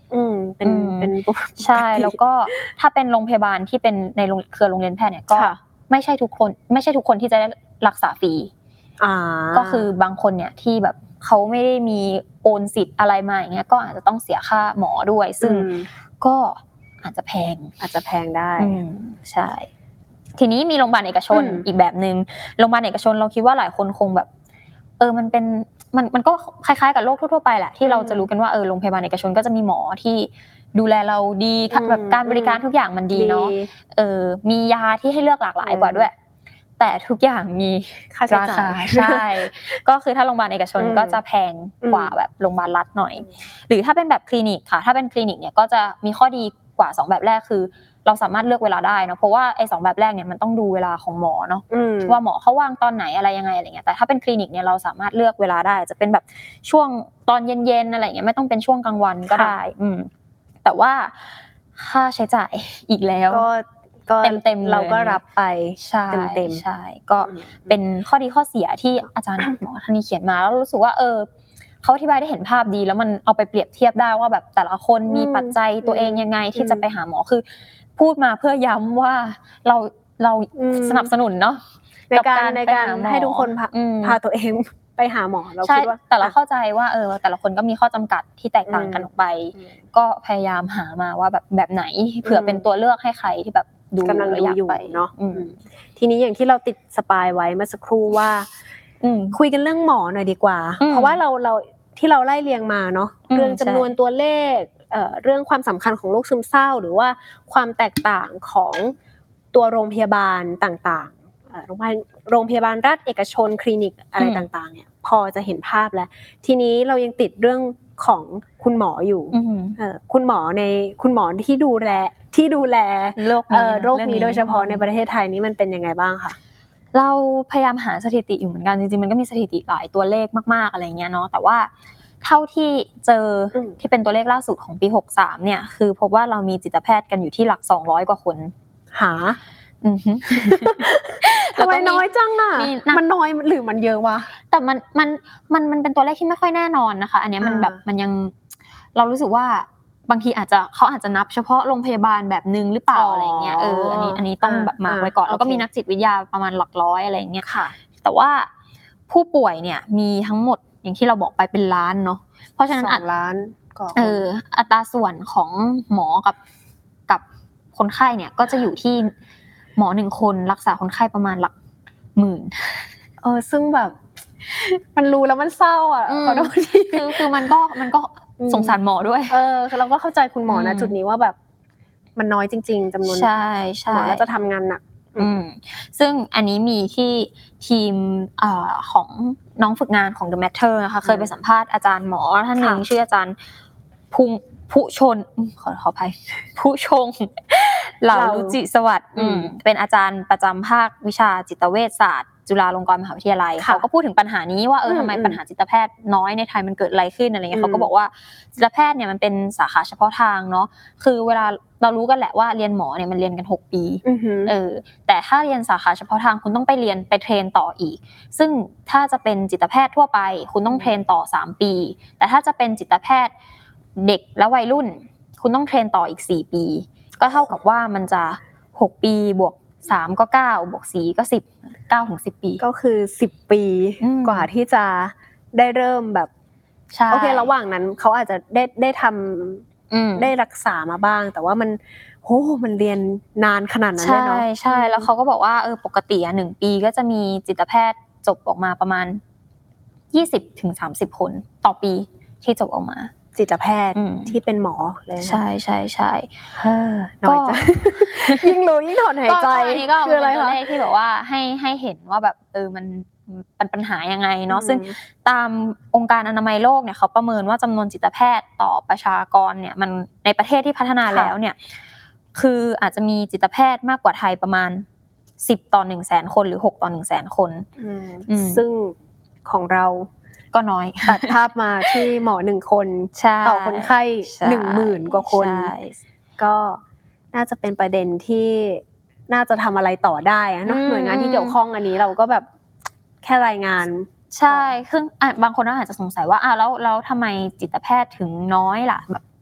อืมเป็นเป็นใช่แล้วก็ถ้าเป็นโรงพยาบาลที่เป็นในเครือโรงเรียนแพทย์เนี่ยก็ไม่ใช่ทุกคนไม่ใช่ทุกคนที่จะได้รักษาฟรีอ่าก็คือบางคนเนี่ยที่แบบเขาไม่ได้มีโอนสิทธิ์อะไรมาอย่างเงี้ยก็อาจจะต้องเสียค่าหมอด้วยซึ่งก็อาจจะแพงอาจจะแพงได้อืมใช่ทีนี้มีโรงพยาบาลเอกชนอีกแบบนึงโรงพยาบาลเอกชนเราคิดว่าหลายคนคงแบบเออมันเป็นมันมันก็คล้ายๆกับโรคทั่วๆไปแหละที่เราจะรู้กันว่าเออโรงพยาบาลเอกชนก็จะมีหมอที่ดูแลเราดีแบบการบริการทุกอย่างมันดีเนาะเออมียาที่ให้เลือกหลากหลายกว่าด้วยแต่ทุกอย่างมีราคาใช่ก็คือถ้าโรงพยาบาลเอกชนก็จะแพงกว่าแบบโรงพยาบาลรัฐหน่อยหรือถ้าเป็นแบบคลินิกค่ะถ้าเป็นคลินิกเนี่ยก็จะมีข้อดีกว่าสองแบบแรกคือเราสามารถเลือกเวลาได้เนาะเพราะว่าไอ้สองแบบแรกเนี่ยมันต้องดูเวลาของหมอเนาะว่าหมอเขาว่างตอนไหนอะไรยังไงอะไรเงี้ยแต่ถ้าเป็นคลินิกเนี่ยเราสามารถเลือกเวลาได้จะเป็นแบบช่วงตอนเย็นๆอะไรเงี้ยไม่ต้องเป็นช่วงกลางวันก็ได้อืมแต่ว่าค่าใช้จ่ายอีกแล้วก็ก็เต็มๆเราก็รับไปเต็มๆใช่ก็เป็นข้อดีข้อเสียที่อาจารย์หมอท่านนี้เขียนมาแล้วรู้สึกว่าเออเขาอธิบายได้เห็นภาพดีแล้วมันเอาไปเปรียบเทียบได้ว่าแบบแต่ละคนมีปัจจัยตัวเองยังไงที่จะไปหาหมอคือพูดมาเพื่อย้ำว่าเราเราสนับสนุนเนาะในการในการให้ทุกคนพาตัวเองไปหาหมอเราคิดว่าแต่เราเข้าใจว่าเออแต่ละคนก็มีข้อจำกัดที่แตกต่างกันออกไปก็พยายามหามาว่าแบบแบบไหนเผื่อเป็นตัวเลือกให้ใครที่แบบดูกำลังดูอยู่เนาะทีนี้อย่างที่เราติดสปายไว้เมื่อสักครู่ว่าคุยกันเรื่องหมอหน่อยดีกว่าเพราะว่าเราเราที่เราไล่เรียงมาเนาะเรื่องจำนวนตัวเลขเอ่อเรื่องความสำคัญของโรคซึมเศร้าหรือว่าความแตกต่างของตัวโรงพยาบาลต่างๆโรงพยาบาลโรงพยาบาลรัฐเอกชนคลินิกอะไรต่างๆเนี่ยพอจะเห็นภาพแล้วทีนี้เรายังติดเรื่องของคุณหมออยู่เอ่อคุณหมอในคุณหมอที่ดูแลที่ดูแลโรคเอ่อโรคนี้โดยเฉพาะในประเทศไทยนี้มันเป็นยังไงบ้างคะเราพยายามหาสถิติอยู่เหมือนกันจริงๆมันก็มีสถิติหลายตัวเลขมากๆอะไรเงี้ยเนาะแต่ว่าเท่าที่เจอที่เป็นตัวเลขล่าสุดของปีหกสามเนี่ยคือพบว่าเรามีจิตแพทย์กันอยู่ที่หลักสองร้อยกว่าคนหาอือฮึทำไมน้อยจังอ่ะมันน้อยหรือมันเยอะวะแต่มันมันมันมันเป็นตัวเลขที่ไม่ค่อยแน่นอนนะคะอันนี้มันแบบมันยังเรารู้สึกว่าบางทีอาจจะเขาอาจจะนับเฉพาะโรงพยาบาลแบบนึงหรือเปล่าอะไรเงี้ยเอออันนี้อันนี้ต้องแบบมาไว้ก่อนแล้วก็มีนักจิตวิทยาประมาณหลักร้อยอะไรเงี้ยค่ะแต่ว่าผู้ป่วยเนี่ยมีทั้งหมดอย่างที่เราบอกไปเป็นล้านเนาะเพราะฉะนั้นอัตราล้านก็เอออัตราส่วนของหมอกับกับคนไข้เนี่ยก็จะอยู่ที่หมอหนึ่งคนรักษาคนไข้ประมาณหลักหมื่นเออซึ่งแบบมันรู้แล้วมันเศร้าอ่ะขอโทษทีคือคือมันก็มันก็สงสารหมอด้วยเออเราก็เข้าใจคุณหมอนะจุดนี้ว่าแบบมันน้อยจริงๆจำนวนใช่ใช่หมอแล้วจะทำงานหนักอืมซึ่งอันนี้มีที่ทีมเอ่อของน้องฝึกงานของ The Matter นะคะเคยไปสัมภาษณ์อาจารย์หมอท่านนึงชื่ออาจารย์พุงผู้ชนขอขออภัยผู้ชงเหล่ารุจิสวัสดิ์เป็นอาจารย์ประจำภาควิชาจิตเวชศาสตร์จุฬาลงกรณ์มหาวิทยาลัยเขาก็พูดถึงปัญหานี้ว่าเออทำไมปัญหาจิตแพทย์น้อยในไทยมันเกิดอะไรขึ้นอะไรเงี้ยเขาก็บอกว่าจิตแพทย์เนี่ยมันเป็นสาขาเฉพาะทางเนาะคือเวลาเรารู้กันแหละว่าเรียนหมอเนี่ยมันเรียนกันหกปีเออแต่ถ้าเรียนสาขาเฉพาะทางคุณต้องไปเรียนไปเทรนต่ออีกซึ่งถ้าจะเป็นจิตแพทย์ทั่วไปคุณต้องเทรนต่อสามปีแต่ถ้าจะเป็นจิตแพทย์เด็กและวัยรุ่นคุณต้องเทรนต่ออีกสี่ปีก็เท่ากับว่ามันจะหกปีบวกสามก็เก้าบวกสี่ก็สิบ เก้าถึงสิบปีก็คือสิบปีกว่าที่จะได้เริ่มแบบโอเคระหว่างนั้นเขาอาจจะได้ได้ทำได้รักษามาบ้างแต่ว่ามันโหมันเรียนนานขนาดนั้นเลยเนาะใช่ใช่แล้วเขาก็บอกว่าเออปกติอ่ะหนึ่งปีก็จะมีจิตแพทย์จบออกมาประมาณยี่สิบถึงสามสิบคนต่อปีที่จบออกมาจิตแพทย์ที่เป็นหมอเลยใช่ใช่ใช่น้อยจังยิ่งรู้ยิ่งถอนหายใจคืออะไรคะที่แบบว่าให้ให้เห็นว่าแบบเออมันเป็นปัญหายังไงเนาะซึ่งตามองค์การอนามัยโลกเนี่ยเขาประเมินว่าจำนวนจิตแพทย์ต่อประชากรเนี่ยมันในประเทศที่พัฒนาแล้วเนี่ยคืออาจจะมีจิตแพทย์มากกว่าไทยประมาณสิบต่อหนึ่งแสนคนหรือหกต่อหนึ่งแสนคนซึ่งของเราก็น้อยตัดภาพมาที่หมอหนึ่งคนต่อคนไข้หนึ่งหมื่นกว่าคนก็น่าจะเป็นประเด็นที่น่าจะทำอะไรต่อได้นะหน่วยงานที่เกี่ยวข้องอันนี้เราก็แบบแค่รายงานใช่คือบางคนอาจจะสงสัยว่าอ้าวแล้วแล้วทำไมจิตแพทย์ถึงน้อยล่ะแบบ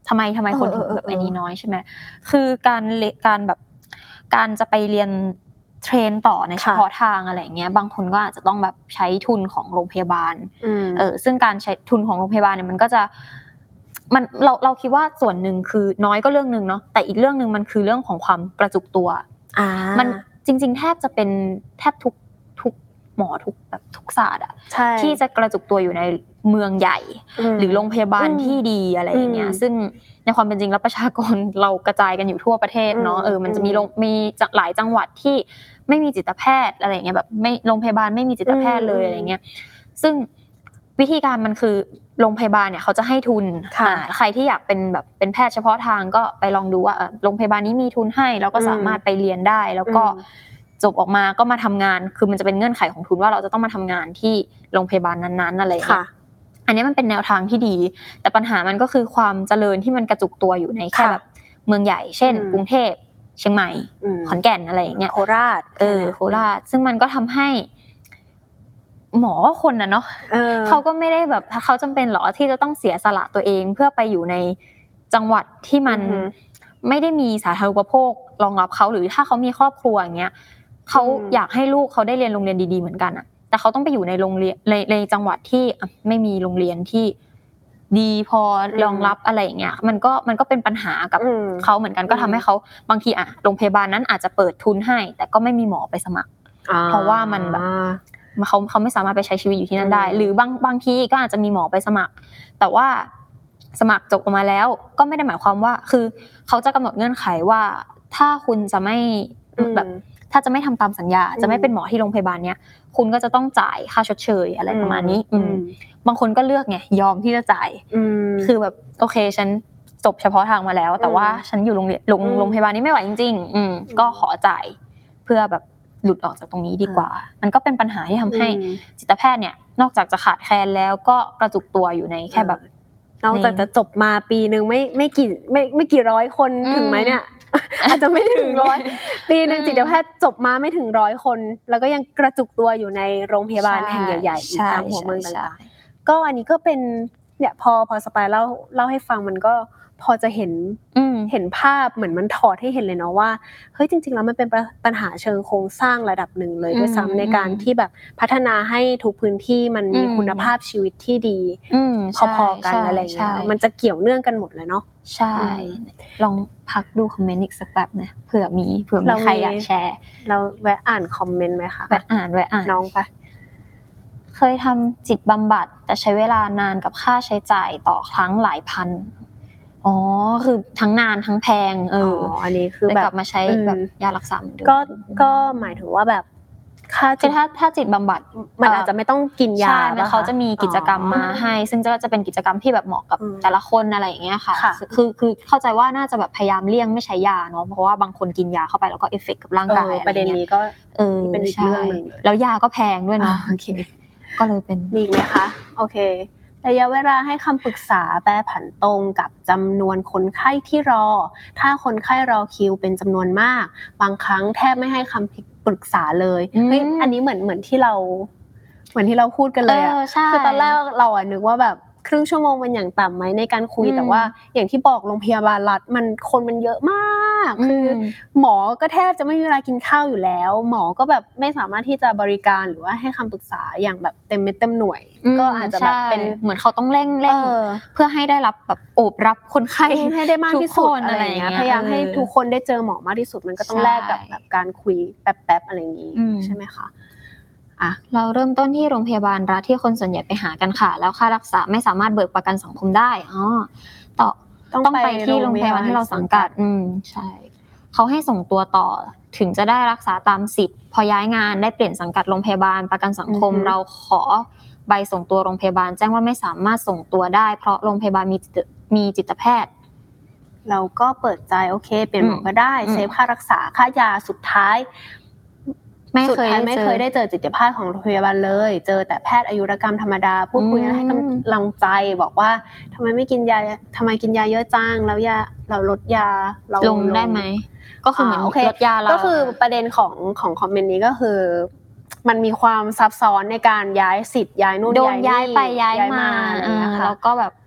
ทำไมทำไมคนถึงแบบอันนี้น้อยใช่ไหมคือการการแบบการจะไปเรียนเทรนต่อในเฉพาะทางอะไรเงี้ยบางคนก็อาจจะต้องแบบใช้ทุนของโรงพยาบาลเออซึ่งการใช้ทุนของโรงพยาบาลเนี่ยมันก็จะมันเราเราคิดว่าส่วนหนึ่งคือน้อยก็เรื่องนึงเนาะแต่อีกเรื่องนึงมันคือเรื่องของความกระจุกตัวมันจริงๆแทบจะเป็นแทบทุกทุกหมอทุกแบบทุกศาสตร์อะที่จะกระจุกตัวอยู่ในเมืองใหญ่หรือโรงพยาบาลที่ดีอะไรอย่างเงี้ยซึ่งในความเป็นจริงแล้วประชากรเรากระจายกันอยู่ทั่วประเทศเนาะเออมันจะมีโรงมีหลายจังหวัดที่ไม่มีจิตแพทย์อะไรอย่างเงี้ยแบบไม่โรงพยาบาลไม่มีจิตแพทย์เลยอะไรเงี้ยซึ่งวิธีการมันคือโรงพยาบาลเนี่ยเขาจะให้ทุนใครที่อยากเป็นแบบเป็นแพทย์เฉพาะทางก็ไปลองดูว่าโรงพยาบาลนี้มีทุนให้แล้วก็สามารถไปเรียนได้แล้วก็จบออกมาก็มาทำงานคือมันจะเป็นเงื่อนไขของทุนว่าเราจะต้องมาทำงานที่โรงพยาบาลนั้นๆอะไรอย่างเงี้ยอันนี้มันเป็นแนวทางที่ดีแต่ปัญหามันก็คือความเจริญที่มันกระจุกตัวอยู่ในแค่แบบเมืองใหญ่เช่นกรุงเทพเชียงใหม่ขอนแก่นอะไรอย่างเงี้ยโคราชเออโคราชซึ่งมันก็ทำให้หมอคนน่ะเนาะเขาก็ไม่ได้แบบเขาจำเป็นหรอที่จะต้องเสียสละตัวเองเพื่อไปอยู่ในจังหวัดที่มันไม่ได้มีสาธารณูปโภครองรับเขาหรือถ้าเขามีครอบครัวอย่างเงี้ยเขาอยากให้ลูกเขาได้เรียนโรงเรียนดีๆเหมือนกันอะแต่เขาต้องไปอยู่ในโรงเรียนในในจังหวัดที่ไม่มีโรงเรียนที่ดีพอรองรับอะไรอย่างเงี้ยมันก็มันก็เป็นปัญหากับเขาเหมือนกันก็ทำให้เขาบางทีอ่ะโรงพยาบาลนั้นอาจจะเปิดทุนให้แต่ก็ไม่มีหมอไปสมัครเพราะว่ามันแบบเขาเขาไม่สามารถไปใช้ชีวิตอยู่ที่นั่นได้หรือบางบางทีก็อาจจะมีหมอไปสมัครแต่ว่าสมัครจบออกมาแล้วก็ไม่ได้หมายความว่าคือเขาจะกำหนดเงื่อนไขว่าถ้าคุณจะไม่แบบถ้าจะไม่ทำตามสัญญาจะไม่เป็นหมอที่โรงพยาบาลเนี้ยคุณก็จะต้องจ่ายค่าชดเชยอะไรประมาณนี้บางคนก็เลือกไงยอมที่จะจ่ายคือแบบโอเคฉันจบเฉพาะทางมาแล้วแต่ว่าฉันอยู่โรงเรียนโรงโรงพยาบาลนี้ไม่ไหวจริงๆอืมก็ขอจ่ายเพื่อแบบหลุดออกจากตรงนี้ดีกว่ามันก็เป็นปัญหาที่ทำให้จิตแพทย์เนี่ยนอกจากจะขาดแคลนแล้วก็กระจุกตัวอยู่ในแค่แบบนอกจากจะจบมาปีนึงไม่ไม่กี่ไม่ไม่กี่ร้อยคนถึงมั้ยเนี่ยอาจจะไม่ถึงร้อยปีนึงจิตแพทย์จบมาไม่ถึงร้อยคนแล้วก็ยังกระจุกตัวอยู่ในโรงพยาบาลแห่งใหญ่ๆตามหัวเมืองต่างๆก็อันนี้ก็เป็นเนี่ยพอพอสปายเล่าเล่าให้ฟังมันก็พอจะเห็นเห็นภาพเหมือนมันถอดให้เห็นเลยเนาะว่าเฮ้ยจริงๆแล้วมันเป็นปัญหาเชิงโครงสร้างระดับหนึ่งเลยด้วยซ้ำในการที่แบบพัฒนาให้ทุกพื้นที่มันมีคุณภาพชีวิตที่ดีพอๆกันอะไรอย่างเงี้ยมันจะเกี่ยวเนื่องกันหมดเลยเนาะใช่ลองพักดูคอมเมนต์อีกสักแป๊บนะเผื่อมีเผื่อมีใครอยากแชร์เราแวะอ่านคอมเมนต์มั้ยคะแวะอ่านแวะอ่านน้องปะเคยทำจิตบำบัดแต่ใช้เวลานานกับค่าใช้จ่ายต่อครั้งหลายพันอ๋อคือทั้งนานทั้งแพงเอออ๋ออันนี้คือแบบกลับมาใช้แบบยารักษาเหมือนเดิมก็ก็หมายถึงว่าแบบค่าถ้าถ้าจิตบำบัดมันอาจจะไม่ต้องกินยาใช่มันเขาจะมีกิจกรรมมาให้ซึ่งก็จะเป็นกิจกรรมที่แบบเหมาะกับแต่ละคนอะไรอย่างเงี้ยค่ะคือคือเข้าใจว่าน่าจะแบบพยายามเลี่ยงไม่ใช้ยาเนาะเพราะว่าบางคนกินยาเข้าไปแล้วก็เอฟเฟคกับร่างกายประเด็นนี้ก็เออเป็นอีกเรื่องนึงแล้วยาก็แพงด้วยเนาะโอเคก็เลยเป็นมีมั้ยคะโอเคระยะเวลาให้คำปรึกษาแปรผันตรงกับจำนวนคนไข้ที่รอถ้าคนไข้รอคิวเป็นจำนวนมากบางครั้งแทบไม่ให้คำปรึกษาเลยเฮ้ยอันนี้เหมือนเหมือนที่เราเหมือนที่เราพูดกันเลยอ่ะคือตอนแรกเราอ่ะนึกว่าแบบครึ่งชั่วโมงเป็นอย่างต่ำไหมในการคุยแต่ว่าอย่างที่บอกโรงพยาบาลรัฐมันคนมันเยอะมากคือหมอก็แทบจะไม่มีเวลากินข้าวอยู่แล้วหมอก็แบบไม่สามารถที่จะบริการหรือว่าให้คำปรึกษาอย่างแบบเต็มเม็ดเต็มหน่วยก็อาจจะแบบเป็นเหมือนเขาต้องเร่งเร่งเพื่อให้ได้รับแบบโอบรับคนไข้ให้ได้มากที่สุดอะไรอย่างเงี้ยพยายามให้ทุกคนได้เจอหมอมากที่สุดมันก็ต้องแลกกับแบบการคุยแป๊บๆอะไรอย่างงี้ใช่ไหมคะอ่ะเราเริ่มต้นที่โรงพยาบาลรัฐที่คนส่วนใหญ่ไปหากันค่ะแล้วค่ารักษาไม่สามารถเบิกประกันสังคมได้อ๋อต่อต้องไปที่โรงพยาบาลที่เราสังกัดอืมใช่เขาให้ส่งตัวต่อถึงจะได้รักษาตามสิทธิ์พอย้ายงานได้เปลี่ยนสังกัดโรงพยาบาลประกันสังคมเราขอใบส่งตัวโรงพยาบาลแจ้งว่าไม่สามารถส่งตัวได้เพราะโรงพยาบาลมีมีจิตแพทย์เราก็เปิดใจโอเคเปลี่ยนหมอก็ได้เซฟค่ารักษาค่ายาสุดท้ายไม่เคยไม่เคยได้เจอจิตแพทย์ของโรงพยาบาลเลยเจอแต่แพทย์อายุรกรรมธรรมดาพูดคุยให้กำลังใจบอกว่าทำไมไม่กินยาทำไมกินยาเยอะจังแล้วยาเราลดยาเราลงได้ไหมก็คือเหมือนลดยาเราก็คือประเด็นของของคอมเมนต์นี้ก็คือมันมีความซับซ้อนในการย้ายสิทธิ์ย้ายนู่นย้ายไปย้ายมาแล้วก็แบบ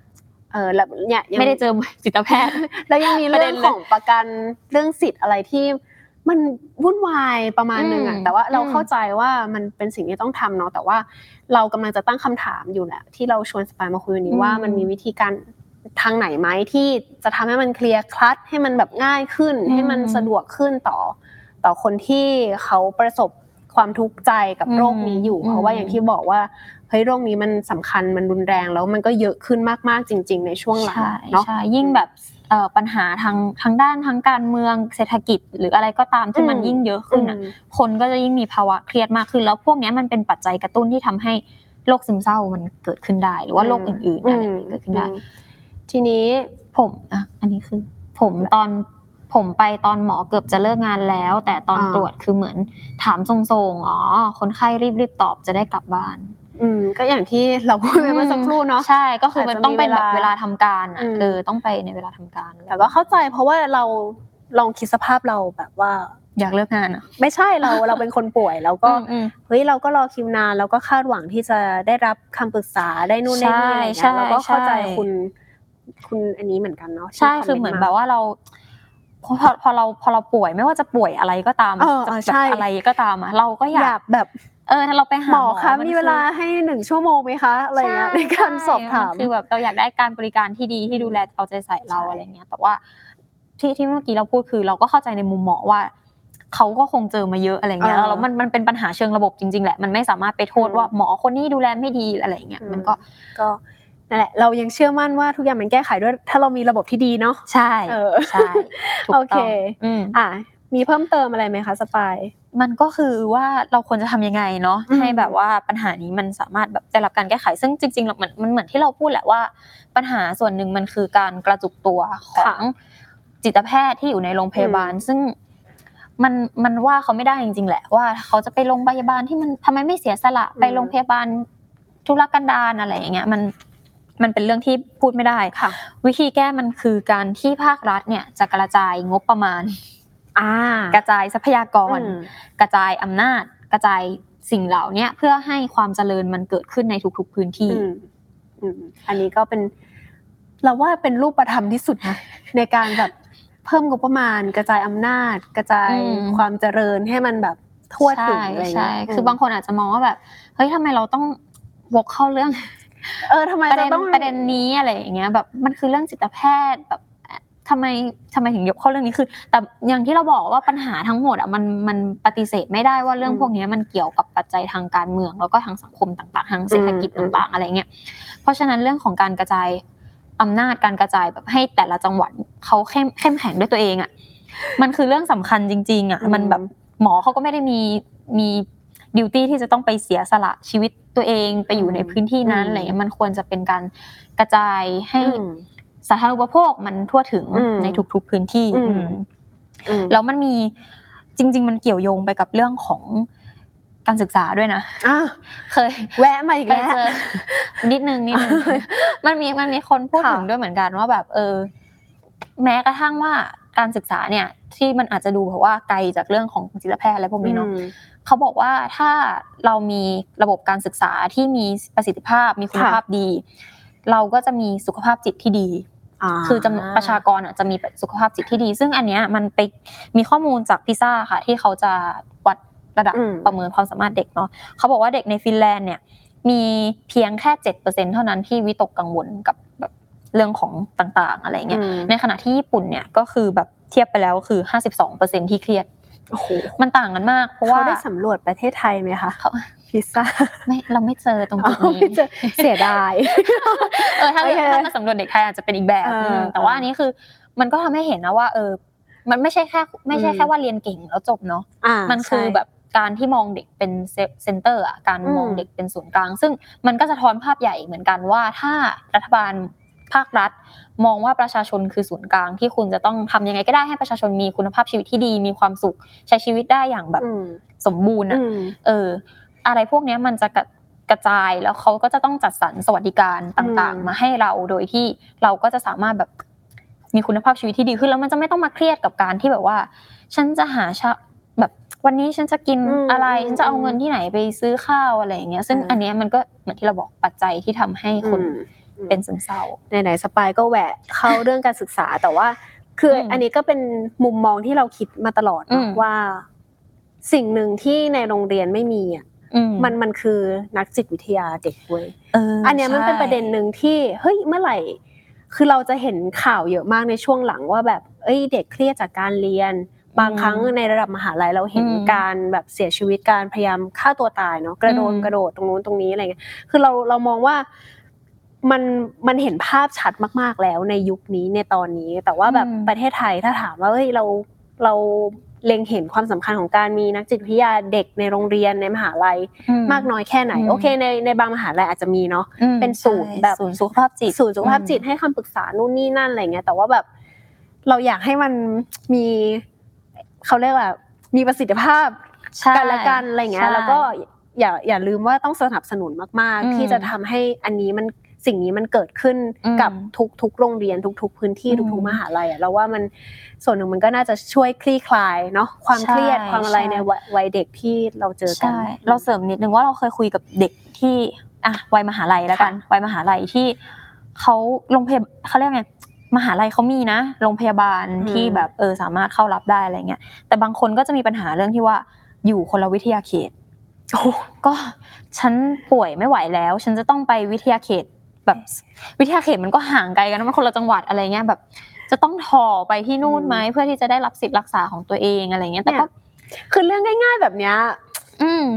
เออแล้วเนี่ยยังไม่ได้เจอจิตแพทย์แล้วยังมีประเรื่เด็องนเลยของประกันเรื่องสิทธิ์อะไรที่มันวุ่นวายประมาณนึงอ่ะอืมแต่ว่าเราอืมเข้าใจว่ามันเป็นสิ่งที่ต้องทำเนาะแต่ว่าเรากำลังจะตั้งคำถามอยู่แหละที่เราชวนสปายมาคุยวันนี้ว่ามันมีวิธีการทางไหนไหมที่จะทำให้มันเคลียร์คลัตให้มันแบบง่ายขึ้นให้มันสะดวกขึ้นต่อต่อคนที่เขาประสบความทุกข์ใจกับโรคนี้อยู่เพราะว่าอย่างที่บอกว่าเฮ้ยโรคนี้มันสำคัญมันรุนแรงแล้วมันก็เยอะขึ้นมากๆจริงๆในช่วงหลังใช่เนาะใช่ยิ่งแบบเอ่อปัญหาทางทางด้านทั้งการเมืองเศรษฐกิจหรืออะไรก็ตามที่มันอืมยิ่งเยอะขึ้นอ่ะอืมคนก็จะยิ่งมีภาวะเครียดมากขึ้นแล้วพวกเนี้ยมันเป็นปัจจัยกระตุ้นที่ทำให้โรคซึมเศร้ามันเกิดขึ้นได้หรือว่าโรคอื่นๆอะไรเกิดขึ้นได้ทีนี้ผมอ่ะอันนี้คือผมตอนผมไปตอนหมอเกือบจะเลิกงานแล้ว แต่ตอนอ่าตรวจคือเหมือนถามทรงๆอ๋อคนไข้รีบๆตอบจะได้กลับบ้านอืมก็อย่างที่เราพูดไปเมื่อสักครู่เนาะใช่ก็คือมันอาจจะต้องเป็นแบบมีเวลาเวลาทำการอ่ะอืมเออต้องไปในเวลาทำการแต่ก็เข้าใจเพราะว่าเราลองคิดสภาพเราแบบว่าอยากเลิกงานอ่ะไม่ใช่เรา เราเป็นคนป่วยแล้วก็อืมเฮ้ยเราก็รอคิวนานแล้วก็คาดหวังที่จะได้รับคำปรึกษาได้นู่นได้นี่อะไรอย่างใช่เงี้ยเราก็เข้าใจใช่คุณคุณอันนี้เหมือนกันเนาะที่ใช่คคือเหมือนต์แบบว่าเราพอพอพอเราพอเราป่วยไม่ว่าจะป่วยอะไรก็ตามเออจะเออแบบใช่อะไรก็ตามอ่ะเราก็อยากอยากแบบเออถ้าเราไปหาหมอคะนมีคือเวลาให้หนึ่งชั่วโมงไหมคะอะไรอย่างเงี้ยในการสอบถามคือแบบเราอยากได้การบริการที่ดีที่ดูแลเอาใจใส่เราใช่อะไรเงี้ยแต่ว่าที่ที่เมื่อกี้เราพูดคือเราก็เข้าใจในมุมหมอว่าเขาก็คงเจอมาเยอะอะไรเงี้ยเออแล้วมันมันเป็นปัญหาเชิงระบบจริงๆแหละมันไม่สามารถไปโทษอืมว่าหมอคนนี้ดูแลไม่ดีอะไรเงี้ยมันก็ก็นั่นแหละเรายังเชื่อมั่นว่าทุกอย่างมันแก้ไขด้วยถ้าเรามีระบบที่ดีเนาะใช่เออใช่ถูกโอเคต้องอืมอ่ะมีเพิ่มเติมอะไรไหมคะสปายมันก็คือว่าเราควรจะทำยังไงเนาะอืมให้แบบว่าปัญหานี้มันสามารถแบบได้รับการแก้ไขซึ่งจริงๆแล้วมันมันเหมือนที่เราพูดแหละว่าปัญหาส่วนหนึ่งมันคือการกระจุกตัวของจิตแพทย์ที่อยู่ในโรงพยาบาลซึ่งมันมันว่าเขาไม่ได้จริงๆแหละว่าเขาจะไปโรงพยาบาลที่มันทำไมไม่เสียสละไปโรงพยาบาลธุรกันดารอะไรอย่างเงี้ยมันมันเป็นเรื่องที่พูดไม่ได้ค่ะวิธีแก้มันคือการที่ภาครัฐเนี่ยจะกระจายงบประมาณอ่ากระจายทรัพยากรอืมกระจายอำนาจกระจายสิ่งเหล่านี้เพื่อให้ความเจริญมันเกิดขึ้นในทุกๆพื้นที่อืมอืมอันนี้ก็เป็นเราว่าเป็นรูปธรรมที่สุดนะในการแบบเพิ่มงบประมาณกระจายอำนาจ กระจายอืมความเจริญให้มันแบบทั่วถึงอะไรใช่เงี้ยใช่คือบางคนอาจจะมองว่าแบบเฮ้ยทำไมเราต้องวกเข้าเรื่องเออทำไมประจะเด็นต้องประเด็นนี้อะไรอย่างเงี้ยแบบมันคือเรื่องจิตแพทย์แบบทำไมทำไมถึงยกเข้าเรื่องนี้คือแต่อย่างที่เราบอกว่าปัญหาทั้งหมดอ่ะมันมันปฏิเสธไม่ได้ว่าเรื่องพวกนี้มันเกี่ยวกับปัจจัยทางการเมืองแล้วก็ทางสังคมต่างๆทางเศรษฐกิจต่างๆอะไรเงี้ยเพราะฉะนั้นเรื่องของการกระจายอำนาจการกระจายแบบให้แต่ละจังหวัดเขาเข้มเข้มแข็งด้วยตัวเองอ่ะมันคือเรื่องสำคัญจริงๆอ่ะมันแบบหมอเขาก็ไม่ได้มีมีดิวตี้ที่จะต้องไปเสียสละชีวิตตัวเองไปอยู่ในพื้นที่นั้นอะไรเงี้ยมันควรจะเป็นการกระจายให้อืมสาธารณูปโภคมันทั่วถึงอืมในทุกๆพื้นที่อืมอืมอืมแล้วมันมีจริงๆมันเกี่ยวโยงไปกับเรื่องของการศึกษาด้วยนะอ่ะเคยแวะมาอีกไปแล้วเจอนิดนึงนิดนึง มันมีมันมีคนพูดค่ะถึงด้วยเหมือนกันว่าแบบเออแม้กระทั่งว่าการศึกษาเนี่ยที่มันอาจจะดูแบบว่าไกลจากเรื่องของจิตแพทย์อะไรพวกนี้เนาะอืมเขาบอกว่าถ้าเรามีระบบการศึกษาที่มีประสิทธิภาพมีคุณค่ะภาพดี เราก็จะมีสุขภาพจิตที่ดีอ่าคือจำนวนประชากรอ่ะจะมีสุขภาพจิตที่ดี ซึ่งอันเนี้ยมันไปมีข้อมูลจากพิซ่าค่ะที่เขาจะวัดระดับอืมประเมินความสามารถเด็กเนาะเขาบอกว่าเด็กในฟินแลนด์เนี่ยมีเพียงแค่ เจ็ดเปอร์เซ็นต์ เท่านั้นที่วิตกกังวลกับแบบเรื่องของต่างๆอะไรเงี้ยอืมในขณะที่ญี่ปุ่นเนี่ยก็คือแบบเทียบไปแล้วคือ ห้าสิบสองเปอร์เซ็นต์ ที่เครียดโอ้โหมันต่างกันมากเพราะว่าเขาได้สำรวจประเทศไทยไหมคะเขาพิซซ่าไม่เราไม่เจอตรงจุดนี้ไม่เจอเสียดายเออถ้าโอเคถ้ามาสำรวจเด็กไทยอาจจะเป็นอีกแบบเอออืมแต่ว่าอันนี้คือมันก็ทำให้เห็นนะว่าเออมันไม่ใช่แค่ไม่ใช่อืมแค่ว่าเรียนเก่งแล้วจบเนาะอ่ามันคือใช่แบบการที่มองเด็กเป็นเซนเตอร์อ่ะการมองอืมเด็กเป็นศูนย์กลางซึ่งมันก็สะท้อนภาพใหญ่เหมือนกันว่าถ้ารัฐบาลภาครัฐมองว่าประชาชนคือศูนย์กลางที่คุณจะต้องทำยังไงก็ได้ให้ประชาชนมีคุณภาพชีวิตที่ดีมีความสุขใช้ชีวิตได้อย่างแบบอืมสมบูรณ์อ่ะอืมเอออะไรพวกเนี้ยมันจะกระกระจายแล้วเขาก็จะต้องจัดสรรสวัสดิการต่างอืมๆ มาให้เราโดยที่เราก็จะสามารถแบบมีคุณภาพชีวิตที่ดีขึ้นแล้วมันจะไม่ต้องมาเครียดกับการที่แบบว่าฉันจะหาชะแบบวันนี้ฉันจะกินอืมอะไรอืมฉันจะเอาเงินที่ไหนไปซื้อข้าวอะไรอย่างเงี้ยซึ่งอ่าอันเนี้ยมันก็เหมือนที่เราบอกปัจจัยที่ทำให้คนอืมเป็นซึมเศร้าไหนๆสปายก็แหวะเข้าเรื่องการศึกษาแต่ว่าคืออันนี้ก็เป็นมุมมองที่เราคิดมาตลอดว่าสิ่งหนึ่งที่ในโรงเรียนไม่มีอ่ะมันมันคือนักจิตวิทยาเด็กเว้ยอันนี้มันเป็นประเด็นนึงที่เฮ้ยเมื่อไหร่คือเราจะเห็นข่าวเยอะมากในช่วงหลังว่าแบบเอ้ยเด็กเครียดจากการเรียนบางครั้งในระดับมหาลัยเราเห็นการแบบเสียชีวิตการพยายามฆ่าตัวตายเนาะกระโดดกระโดดตรงนู้นตรงนี้อะไรเงี้ยคือเราเรามองว่ามันมันเห็นภาพชัดมากๆแล้วในยุคนี้ในตอนนี้แต่ว่าแบบประเทศไทยถ้าถามว่าเฮ้ยเราเราเล็งเห็นความสำคัญของการมีนักจิตวิทยาเด็กในโรงเรียนในมหาลัยมากน้อยแค่ไหนโอเคในในบางมหาลัยอาจจะมีเนาะเป็นศูนย์แบบศูนย์สุขภาพจิตศูนย์สุขภาพจิตให้คำปรึกษานู่นนี่นั่นอะไรเงี้ยแต่ว่าแบบเราอยากให้มันมีเขาเรียกว่ามีประสิทธิภาพกันและกันอะไรเงี้ยแล้วก็อย่าอย่าลืมว่าต้องสนับสนุนมากๆที่จะทำให้อันนี้มันสิ่งนี้มันเกิดขึ้นกับทุกๆโรงเรียนทุกๆพื้นที่ทุกๆมหาลัยอ่ะเราว่ามันส่วนหนึ่งมันก็น่าจะช่วยคลี่คลายเนาะความเครียดความอะไรในวัยเด็กที่เราเจอกันเราเสริมนิดนึงว่าเราเคยคุยกับเด็กที่อ่ะวัยมหาลัยแล้วกันวัยมหาลัยที่เขาโรงพยาบาลเขาเรียกไงมหาลัยเขามีนะโรงพยาบาลที่แบบเออสามารถเข้ารับได้อะไรเงี้ยแต่บางคนก็จะมีปัญหาเรื่องที่ว่าอยู่คนละวิทยาเขตก็ฉันป่วยไม่ไหวแล้วฉันจะต้องไปวิทยาเขตแบบวิทยาเขตมันก็ห่างไกลกันมันคนละจังหวัดอะไรเงี้ยแบบจะต้องถ่อไปที่นู่นไหมเพื่อที่จะได้รับสิทธิ์รักษาของตัวเองอะไรเงี้ยแต่ก็คือเรื่องง่ายๆแบบเนี้ยอืม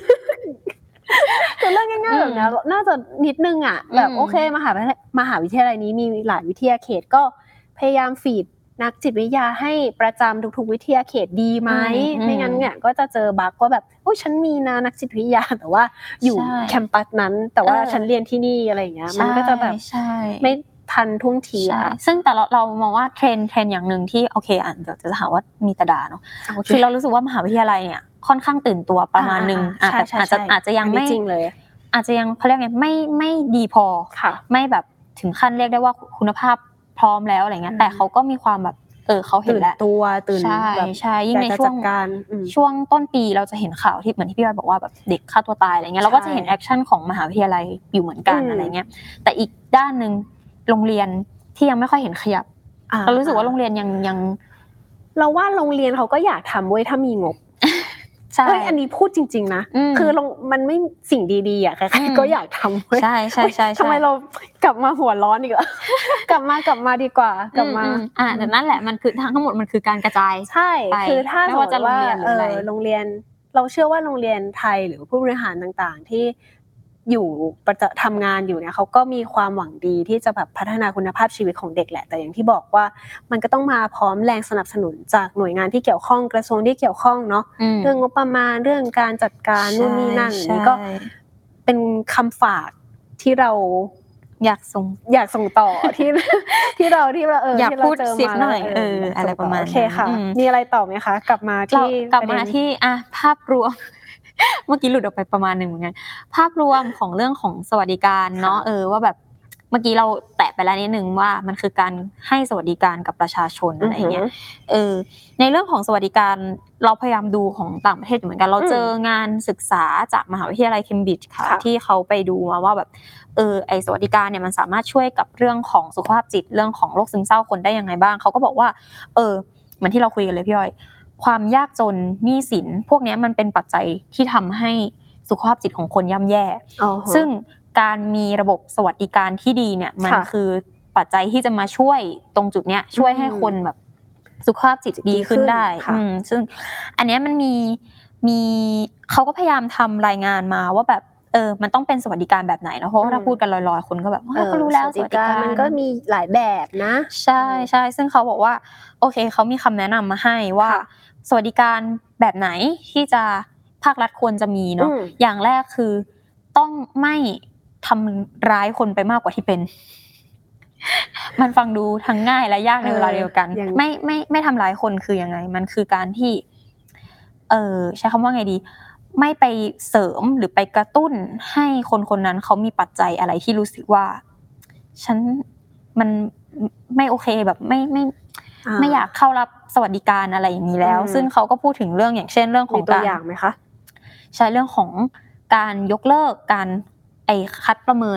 คือเรื่องง่ายๆแบบนี้น่าจะนิดนึงอ่ะแบบโอเคมหามหาวิทยาลัยนี้มีหลายวิทยาเขตก็พยายามฟีดนักจิตวิทยาให้ประจำทุกๆวิทยาเขตดีไหมไม่งั้นเนี่ยก็จะเจอบั๊กว่าแบบโอ้ฉันมีนะนักจิตวิทยาแต่ว่าอยู่แคมปัสนั้นแต่ว่าฉันเรียนที่นี่อะไรอย่างเงี้ยมันก็จะแบบไม่ทันท่วงทีอ่ะซึ่งแต่เราเรามองว่าเทรนเทรนอย่างนึงที่โอเคอ่านเดี๋ยวจะหาว่ามีตะดาเนาะคือเรารู้สึกว่ามหาวิทยาลัยเนี่ยค่อนข้างตื่นตัวประมาณนึงอาจจะอาจจะอาจจะยังไม่จริงเลยอาจจะยังเค้าเรียกไงไม่ไม่ดีพอไม่แบบถึงขั้นเรียกได้ว่าคุณภาพพร้อมแล้วอะไรเงี้ยแต่เขาก็มีความแบบเออเขาเห็นแล้วตัวตื่นแบบใช่ยิ่งในช่วงช่วงต้นปีเราจะเห็นข่าวที่เหมือนที่พี่อ้อยบอกว่าแบบเด็กฆ่าตัวตายอะไรเงี้ยเราก็จะเห็นแอคชั่นของมหาวิทยาลัยอยู่เหมือนกันอะไรเงี้ยแต่อีกด้านนึงโรงเรียนที่ยังไม่ค่อยเห็นขยับเรารู้สึกว่าโรงเรียนยังยังเราว่าโรงเรียนเขาก็อยากทำเว้ยถ้ามีงบใช่อันนี้พูดจริงๆนะคือมันไม่สิ่งดีๆอ่ะใครๆก็อยากทำเว้ยใช่ใช่ใช่ทำไมเรากลับมาหัวร้อนอีกอ่ะกลับมากลับมาดีกว่ากลับมาอ่าแต่นั่นแหละมันคือทั้งหมดมันคือการกระจายใช่คือถ้าสมมติว่าเออโรงเรียนเราเชื่อว่าโรงเรียนไทยหรือผู้บริหารต่างๆที่อยู่ประจำทำงานอยู่เนี่ยเขาก็มีความหวังดีที่จะแบบพัฒนาคุณภาพชีวิตของเด็กแหละแต่อย่างที่บอกว่ามันก็ต้องมาพร้อมแรงสนับสนุนจากหน่วยงานที่เกี่ยวข้องกระทรวงที่เกี่ยวข้องเนาะเรื่องงบประมาณเรื่องการจัดการนู่นนี่นั่นนี่ก็เป็นคำฝากที่เราอยากส่งอยากส่งต่อที่ที่เราที่เราเออที่เราเจอมาหน่อยเอออะไรประมาณโอเคค่ะมีอะไรต่อไหมคะกลับมาที่กลับมาที่อ่ะภาพรวมเมื่อกี้หลุดออกไปประมาณนึงเหมือนกันภาพรวมของเรื่องของสวัสดิการเนาะเออว่าแบบเมื่อกี้เราแตะไปแล้วนิดนึงว่ามันคือการให้สวัสดิการกับประชาชนอะไรเงี้ยเออในเรื่องของสวัสดิการเราพยายามดูของต่างประเทศเหมือนกันเราเจองานศึกษาจากมหาวิทยาลัยเคมบริดจ์ค่ะที่เขาไปดูมาว่าแบบเออไอสวัสดิการเนี่ยมันสามารถช่วยกับเรื่องของสุขภาพจิตเรื่องของโรคซึมเศร้าคนได้ยังไงบ้างเขาก็บอกว่าเออเหมือนที่เราคุยกันเลยพี่อ้อยความยากจนหนี้สินพวกนี้มันเป็นปัจจัยที่ทำให้สุขภาพจิตของคนย่ำแย่ซึ่งการมีระบบสวัสดิการที่ดีเนี่ยมันคือปัจจัยที่จะมาช่วยตรงจุดเนี้ยช่วยให้คนแบบสุขภาพจิตดีขึ้นได้ซึ่งอันนี้มันมีมีเขาก็พยายามทำรายงานมาว่าแบบเออมันต้องเป็นสวัสดิการแบบไหนนะเพราะว่าถ้าพูดกันลอยๆคนก็แบบเออก็รู้แล้วสวัสดิการมันก็มีหลายแบบนะใช่ใช่ซึ่งเขาบอกว่าโอเคเขามีคำแนะนำมาให้ว่าสวัสดิการแบบไหนที่จะภาครัฐควรจะมีเนาะอย่างแรกคือต้องไม่ทำร้ายคนไปมากกว่าที่เป็นมันฟังดูทั้งง่ายและยากในเวลาเดียวกันไม่ไม่ไม่ทำร้ายคนคือยังไงมันคือการที่เออใช้คำว่าไงดีไม่ไปเสริมหรือไปกระตุ้นให้คนคนนั้นเขามีปัจจัยอะไรที่รู้สึกว่าฉันมันไม่โอเคแบบไม่ไม่ไม่อยากเข้ารับสวัสดิการอะไรอย่างนี้แล้วซึ่งเขาก็พูดถึงเรื่องอย่างเช่นเรื่องของตัวอย่างไหมคะใช่เรื่องของการยกเลิกการไอ้คัดประเมินอ่ะ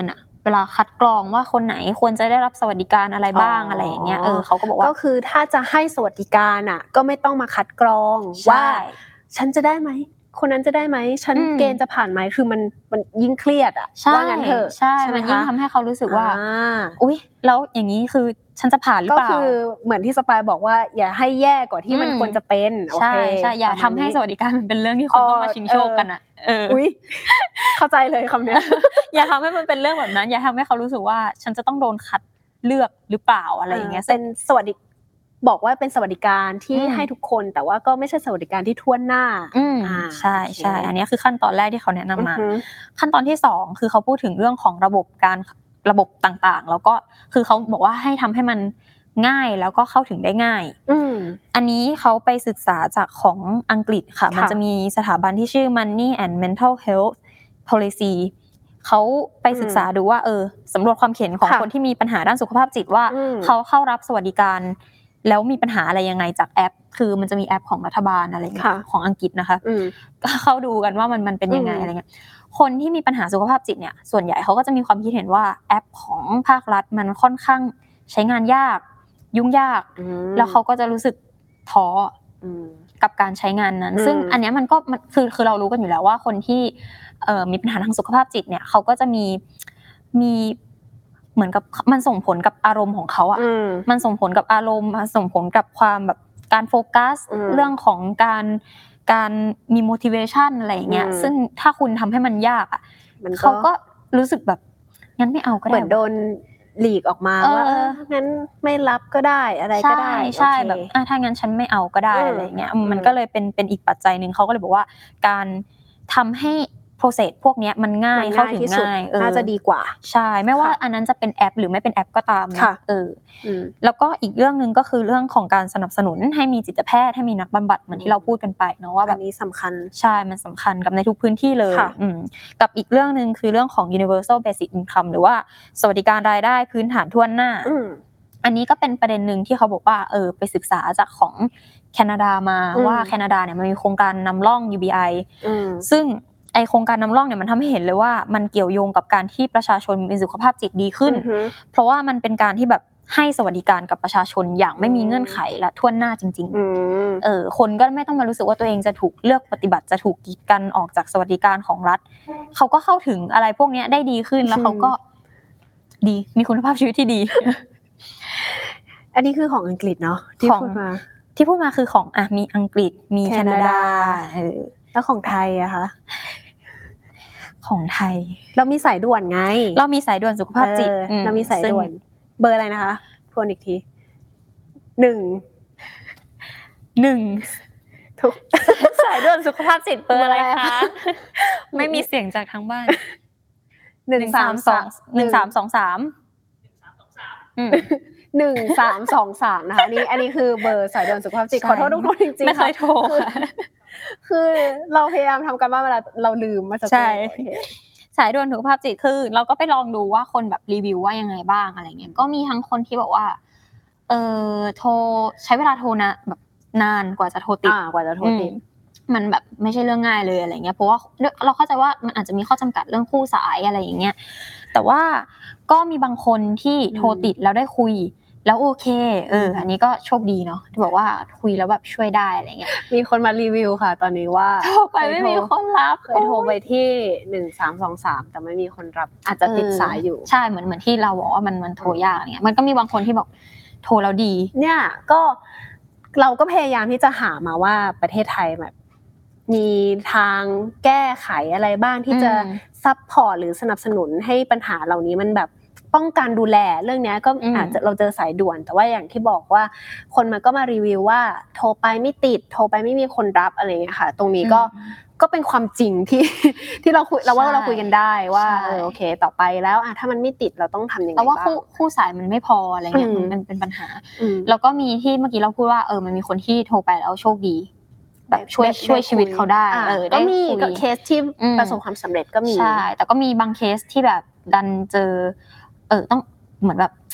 เวลาคัดกรองว่าคนไหนควรจะได้รับสวัสดิการอะไรบ้างอะไรอย่างเงี้ยเออเขาก็บอกว่าก็คือถ้าจะให้สวัสดิการอ่ะก็ไม่ต้องมาคัดกรองว่าฉันจะได้ไหมคนนั้นจะได้ไหมฉันเกณฑ์จะผ่านไหมคือมันมันยิ่งเครียดอ่ะว่างั้นเถอะใช่มันยิ่งทำให้เขารู้สึกว่าอุ๊ยแล้วอย่างนี้คือฉันจะผ่านหรือเปล่าก็คือเหมือนที่สปายบอกว่าอย่าให้แย่กว่าที่มันควรจะเป็นโอเคใช่ๆอย่าทำให้สวัสดิการมันเป็นเรื่องที่คนต้องมาชิงโชคกันอ่ะเอออุ๊ยเข้าใจเลยคำเนี้ยอย่าทำให้มันเป็นเรื่องแบบนั้นอย่าทำให้เขารู้สึกว่าฉันจะต้องโดนคัดเลือกหรือเปล่าอะไรอย่างเงี้ยเป็นสวัสดิบอกว่าเป็นสวัสดิการที่ให้ทุกคนแต่ว่าก็ไม่ใช่สวัสดิการที่ทั่วหน้าอืมใช่ๆอันนี้คือขั้นตอนแรกที่เขาแนะนำมาขั้นตอนที่สองคือเขาพูดถึงเรื่องของระบบการระบบต่างๆแล้วก็คือเขาบอกว่าให้ทำให้มันง่ายแล้วก็เข้าถึงได้ง่ายอันนี้เขาไปศึกษาจากของอังกฤษค่ะมันจะมีสถาบันที่ชื่อ Money and Mental Health Policy เขาไปศึกษาดูว่าเออสำรวจความเห็นของคนที่มีปัญหาด้านสุขภาพจิตว่าเขาเข้ารับสวัสดิการแล้วมีปัญหาอะไรยังไงจากแอปคือมันจะมีแอปของรัฐบาลอะไรอย่างเงี้ยของอังกฤษนะคะก็เข้าดูกันว่ามันมันเป็นยังไงอะไรเงี้ยคนที่มีปัญหาสุขภาพจิตเนี่ยส่วนใหญ่เขาก็จะมีความคิดเห็นว่าแอปของภาครัฐมันค่อนข้างใช้งานยากยุ่งยากแล้วเขาก็จะรู้สึกท้อกับการใช้งานนั้นซึ่งอันเนี้ยมันก็คือคือเรารู้กันอยู่แล้วว่าคนที่เอ่อมีปัญหาทางสุขภาพจิตเนี่ยเขาก็จะมีมีเหมือนกับมันส่งผลกับอารมณ์ของเขาอ่ะมันส่งผลกับอารมณ์ส่งผลกับความแบบการโฟกัสเรื่องของการการมี motivation อะไรอย่างเงี้ยซึ่งถ้าคุณทำให้มันยากอ่ะเขาก็รู้สึกแบบงั้นไม่เอาก็ได้เหมือนโดนหลีกออกมาว่าเอองั้นไม่รับก็ได้อะไรก็ได้ใช่แบบอ่ะถ้างั้นฉันไม่เอาก็ได้อะไรอย่างเงี้ยมันก็เลยเป็นเป็นอีกปัจจัยนึงเขาก็เลยบอกว่าการทำให้process พวกนี้มันง่ายเข้าถึงง่ายเออน่าจะดีกว่าใช่ไม่ว่าอันนั้นจะเป็นแอปหรือไม่เป็นแอปก็ตามนะเออแล้วก็อีกเรื่องนึงก็คือเรื่องของการสนับสนุนให้มีจิตแพทย์ให้มีนักบำบัดเหมือนที่เราพูดกันไปเนาะว่าแบบนี้สำคัญใช่มันสำคัญกับในทุกพื้นที่เลยอืมกับอีกเรื่องนึงคือเรื่องของ universal basic income หรือว่าสวัสดิการรายได้พื้นฐานทั่วหน้าอันนี้ก็เป็นประเด็นนึงที่เขาบอกว่าเออไปศึกษาจากของแคนาดามาว่าแคนาดาเนี่ยมันมีโครงการนำร่อง ยู บี ไอ ซึ่งไอโครงการนำร่องเนี่ยมันทำให้เห็นเลยว่ามันเกี่ยวโยงกับการที่ประชาชนมีสุขภาพจิตดีขึ้นเพราะว่ามันเป็นการที่แบบให้สวัสดิการกับประชาชนอย่างไม่มีเงื่อนไขและทั่วหน้าจริงๆเออคนก็ไม่ต้องมารู้สึกว่าตัวเองจะถูกเลือกปฏิบัติจะถูกกีดกันออกจากสวัสดิการของรัฐเขาก็เข้าถึงอะไรพวกนี้ได้ดีขึ้นแล้วเขาก็ดีมีคุณภาพชีวิตที่ดีอันนี้คือของอังกฤษเนาะที่พูดมาที่พูดมาคือของอ่ะมีอังกฤษมีแคนาดาเออแล้วของไทยอะคะของไทยเรามีสายด่วนไงเรามีสายด่วนสุขภาพจิตเรามีสายด่วนเบอร์อะไรนะคะทวนอีกทีหนึ่งหนึ่งทุกสายด่วนสุขภาพจิตเบอร์อะไรคะไม่มีเสียงจากทางบ้านหนึ่ง สาม สองหนึ่ง สาม สอง สามอืมหนึ่ง สาม สอง สามนะคะนี่อันนี้คือเบอร์สายด่วนสุขภาพจิตขอโทษทุกคนจริงๆไม่เคยโทรคือเราพยายามทำกันบ้านเวลาเราลืมมาสักทีสายด่วนสุขภาพจิตคือเราก็ไปลองดูว่าคนแบบรีวิวว่ายังไงบ้างอะไรเงี้ยก็มีทั้งคนที่บอกว่าเออโทรใช้เวลาโทรนะแบบนานกว่าจะโทรติดกว่าจะโทรติดมันแบบไม่ใช่เรื่องง่ายเลยอะไรเงี้ยเพราะว่าเราเข้าใจว่ามันอาจจะมีข้อจำกัดเรื่องคู่สายอะไรอย่างเงี้ยแต่ว่าก็มีบางคนที่โทรติดแล้วได้คุยแล้วโอเคเอออันนี้ก็โชคดีเนาะที่บอกว่าคุยแล้วแบบช่วยได้อะไรเงี้ยมีคนมารีวิวค่ะตอนนี้ว่าโทรไปไม่มีคนรับเคยโทรไปที่หนึ่ง สาม สอง สามแต่ไม่มีคนรับอาจจะติดสายอยู่ใช่เหมือนเหมือนที่เราบอกว่ามันมันโทรยากอะไรเงี้ยมันก็มีบางคนที่บอกโทรแล้วดีเนี่ยก็เราก็พยายามที่จะหามาว่าประเทศไทยแบบมีทางแก้ไขอะไรบ้างที่จะซัพพอร์ตหรือสนับสนุนให้ปัญหาเหล่านี้มันแบบป้องกันดูแลเรื่องนี้ก็อาจจะเราเจอสายด่วนแต่ว่าอย่างที่บอกว่าคนมันก็มารีวิวว่าโทรไปไม่ติดโทรไปไม่มีคนรับอะไรอย่างเงี้ยค่ะตรงนี้ก็ก็เป็นความจริงที่ที่เราคุยเราว่าเราคุยกันได้ว่าเออโอเคต่อไปแล้วอ่ะถ้ามันไม่ติดเราต้องทำยังไงบ้างแต่ว่าคู่คู่สายมันไม่พออะไรเงี้ยมันเป็นปัญหาแล้วก็มีที่เมื่อกี้เราพูดว่าเออมันมีคนที่โทรไปแล้วโชคดีแบบช่วยช่วยชีวิตเขาได้เออก็มีก็เคสที่ประสบความสำเร็จก็มีใช่แต่ก็มีบางเคสที่แบบดันเจอเออต้องเหมือนแบบ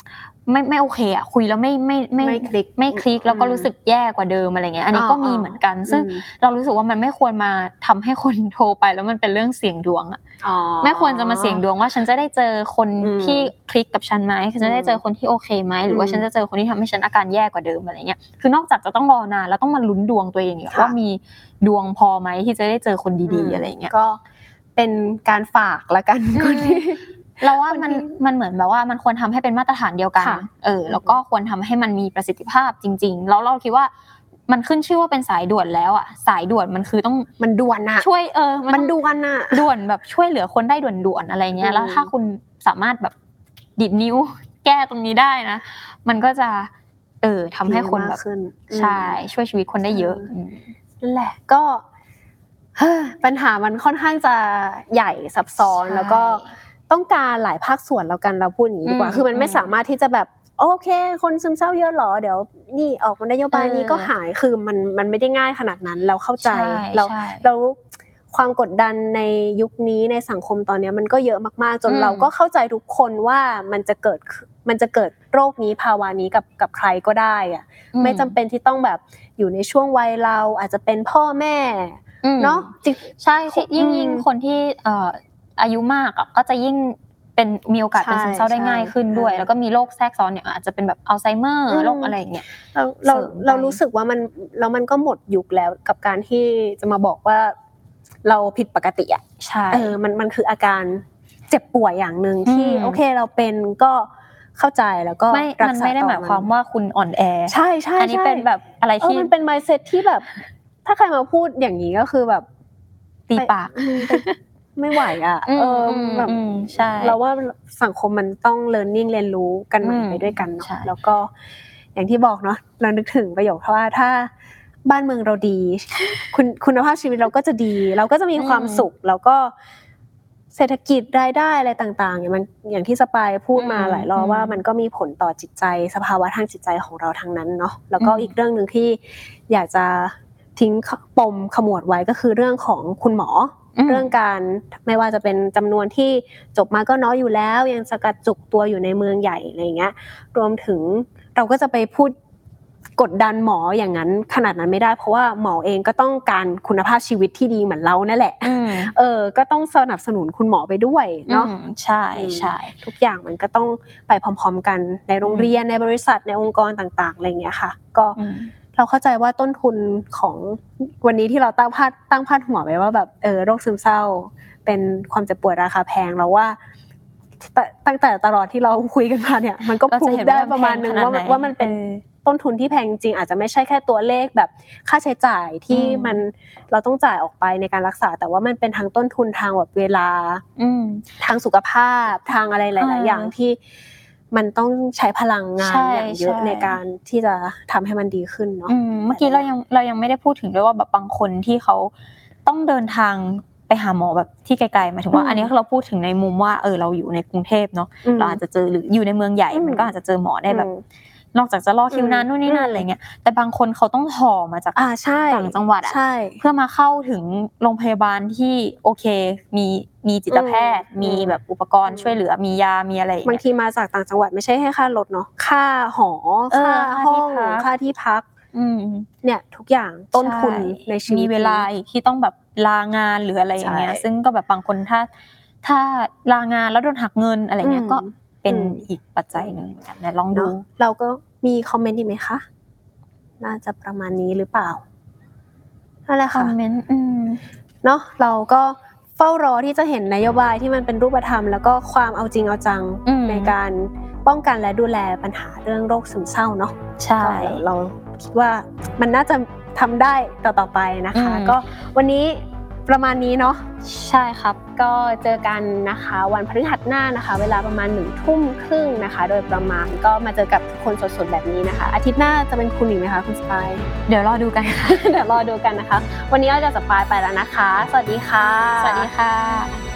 ไม่ไม่โอเคอ่ะคุยแล้วไม่ไม่ไม่ไม่คลิกไม่คลิกแล้วก็รู้สึกแย่กว่าเดิมอะไรเงี้ยอันนี้ก็มีเหมือนกันซึ่งเรารู้สึกว่ามันไม่ควรมาทำให้คนโทรไปแล้วมันเป็นเรื่องเสี่ยงดวงอ่ะไม่ควรจะมาเสี่ยงดวงว่าฉันจะได้เจอคนที่คลิกกับฉันไหมฉันจะได้เจอคนที่โอเคไหมหรือว่าฉันจะเจอคนที่ทำให้ฉันอาการแย่กว่าเดิมอะไรเงี้ยคือนอกจากจะต้องรอนานแล้วต้องมาลุ้นดวงตัวเองอีกว่ามีดวงพอไหมที่จะได้เจอคนดีๆอะไรเงี้ยก็เป็นการฝากละกันคนที่เราว่ามันมันเหมือนแบบว่ามันควรทำให้เป็นมาตรฐานเดียวกันเออแล้วก็ควรทำให้มันมีประสิทธิภาพจริงๆแล้วเราคิดว่ามันขึ้นชื่อว่าเป็นสายด่วนแล้วอ่ะสายด่วนมันคือต้องมันด่วนอะช่วยเออมันด่วนอะด่วนแบบช่วยเหลือคนได้ด่วนๆอะไรเงี้ยแล้วถ้าคุณสามารถแบบดิดนิ้วแก้ตรงนี้ได้นะมันก็จะเออทำให้คนแบบใช่ช่วยชีวิตคนได้เยอะนั่นแหละก็ปัญหามันค่อนข้างจะใหญ่ซับซ้อนแล้วก็ต้องการหลายภาคส่วนแล้วกันเราพูดอย่างนี้ดีกว่าคือมันไม่สามารถที่จะแบบโอเคคนซึมเศร้าเยอะหรอเดี๋ยวนี่ออกมานโยบายนี้ก็หายคือมันมันไม่ได้ง่ายขนาดนั้นเราเข้าใจเราเราความกดดันในยุคนี้ในสังคมตอนนี้มันก็เยอะมากๆจนเราก็เข้าใจทุกคนว่ามันจะเกิดมันจะเกิดโรคนี้ภาวะนี้กับกับใครก็ได้อ่ะไม่จำเป็นที่ต้องแบบอยู่ในช่วงวัยเราอาจจะเป็นพ่อแม่เนาะใช่ยิ่งยิ่งคนที่เอ่ออายุมากอ่ะก็จะยิ่งเป็นมีโอกาสเป็นซึมเศร้าได้ง่ายขึ้นด้วยแล้วก็มีโรคแทรกซ้อนเนี่ยอาจจะเป็นแบบอัลไซเมอร์โรคอะไรอย่างเงี้ยเราเราเรารู้สึกว่ามันแล้วมันก็หมดยุคแล้วกับการที่จะมาบอกว่าเราผิดปกติอ่ะใช่เออมันมันคืออาการเจ็บป่วยอย่างนึงที่โอเคเราเป็นก็เข้าใจแล้วก็รักษาต่อมันไม่ได้หมายความว่าคุณอ่อนแอใช่ๆๆอันนี้เป็นแบบอะไรที่มันเป็น mindset ที่แบบถ้าใครมาพูดอย่างนี้ก็คือแบบตีปากไม่ไหวอ่ะเออแบบใช่เราว่าสังคมมันต้อง learning เรียนรู้กันใหม่ไปด้วยกันเนาะแล้วก็อย่างที่บอกเนาะเรานึกถึงประโยคว่าถ้าบ้านเมืองเราดีคุณคุณภาพชีวิตเราก็จะดีเราก็จะมีความสุขแล้วก็เศรษฐกิจรายได้อะไรต่างๆอย่างมันอย่างที่สปายพูดมาหลายรอบว่ามันก็มีผลต่อจิตใจสภาวะทางจิตใจของเราทั้งนั้นเนาะแล้วก็อีกเรื่องนึงที่อยากจะทิ้งปมขมวดไว้ก็คือเรื่องของคุณหมอเรื่องการไม่ว่าจะเป็นจำนวนที่จบมาก็น้อยอยู่แล้วยังสกัดจุกตัวอยู่ในเมืองใหญ่อะไรอย่างเงี้ยรวมถึงเราก็จะไปพูดกดดันหมออย่างนั้นขนาดนั้นไม่ได้เพราะว่าหมอเองก็ต้องการคุณภาพชีวิตที่ดีเหมือนเรานั่นแหละเออก็ต้องสนับสนุนคุณหมอไปด้วยเนาะใช่ใช่ทุกอย่างมันก็ต้องไปพร้อมๆกันในโรงเรียนในบริษัทในองค์กรต่างๆอะไรอย่างเงี้ยค่ะก็เราเข้าใจว่าต้นทุนของวันนี้ที่เราตั้งพาดตั้งพาดหัวไว้ว่าแบบเออโรคซึมเศร้าเป็นความเจ็บปวดราคาแพงแล้วว่าตั้งแต่ตลอดที่เราคุยกันมาเนี่ยมันก็พูดได้ประมาณนึงว่าว่ามันเป็นต้นทุนที่แพงจริงอาจจะไม่ใช่แค่ตัวเลขแบบค่าใช้จ่ายที่มันเราต้องจ่ายออกไปในการรักษาแต่ว่ามันเป็นทั้งต้นทุนทางแบบเวลาทางสุขภาพทางอะไรหลายๆอย่างที่มันต้องใช้พลังงานอย่างเยอะในการที่จะทำให้มันดีขึ้นเนาะเมื่อกี้เรายังเรายังไม่ได้พูดถึงด้วยว่าแบบบางคนที่เขาต้องเดินทางไปหาหมอแบบที่ไกลๆหมายถึงว่าอันนี้เราพูดถึงในมุมว่าเออเราอยู่ในกรุงเทพเนาะเราอาจจะเจอหรืออยู่ในเมืองใหญ่มันก็อาจจะเจอหมอได้แบบนอกจากจะรอคิวนานนู่นนี่นั่นอะไรเงี้ยแต่บางคนเขาต้องห่อมาจากต่างจังหวัดอ่ะเพื่อมาเข้าถึงโรงพยาบาลที่โอเคมีมีจิตแพทย์มีแบบอุปกรณ์ช่วยเหลือมียามีอะไรบางทีมาจากต่างจังหวัดไม่ใช่แค่ค่ารถเนาะค่าหอค่าห้องค่าที่พักเนี่ยทุกอย่างต้นทุนในชีวิตมีเวลาที่ต้องแบบลางานหรืออะไรอย่างเงี้ยซึ่งก็แบบบางคนถ้าถ้าลางานแล้วโดนหักเงินอะไรเงี้ยก็เป็นอีกปัจจัยนึงเหมือนกันนะลองดูเราก็มีคอมเมนต์อีกไหมคะน่าจะประมาณนี้หรือเปล่านั่นแหละค่ะคอมเมนต์อืมเนาะเราก็เฝ้ารอที่จะเห็นนโยบายที่มันเป็นรูปธรรมแล้วก็ความเอาจริงเอาจังในการป้องกันและดูแลปัญหาเรื่องโรคซึมเศร้าเนาะใช่เราคิดว่ามันน่าจะทำได้ต่อๆไปนะคะก็วันนี้ประมาณนี้เนาะใช่ครับก็เจอกันนะคะวันพฤหัสหน้านะคะเวลาประมาณหนึ่งทุ่มครึ่งนะคะโดยประมาณก็มาเจอกับคนสดๆแบบนี้นะคะอาทิตย์หน้าจะเป็นคุณอีกไหมคะคุณสปายเดี๋ยวรอดูกันค่ะเดี๋ยวรอดูกันนะคะวันนี้เราจะสปายไปแล้วนะคะสวัสดีค่ะสวัสดีค่ะ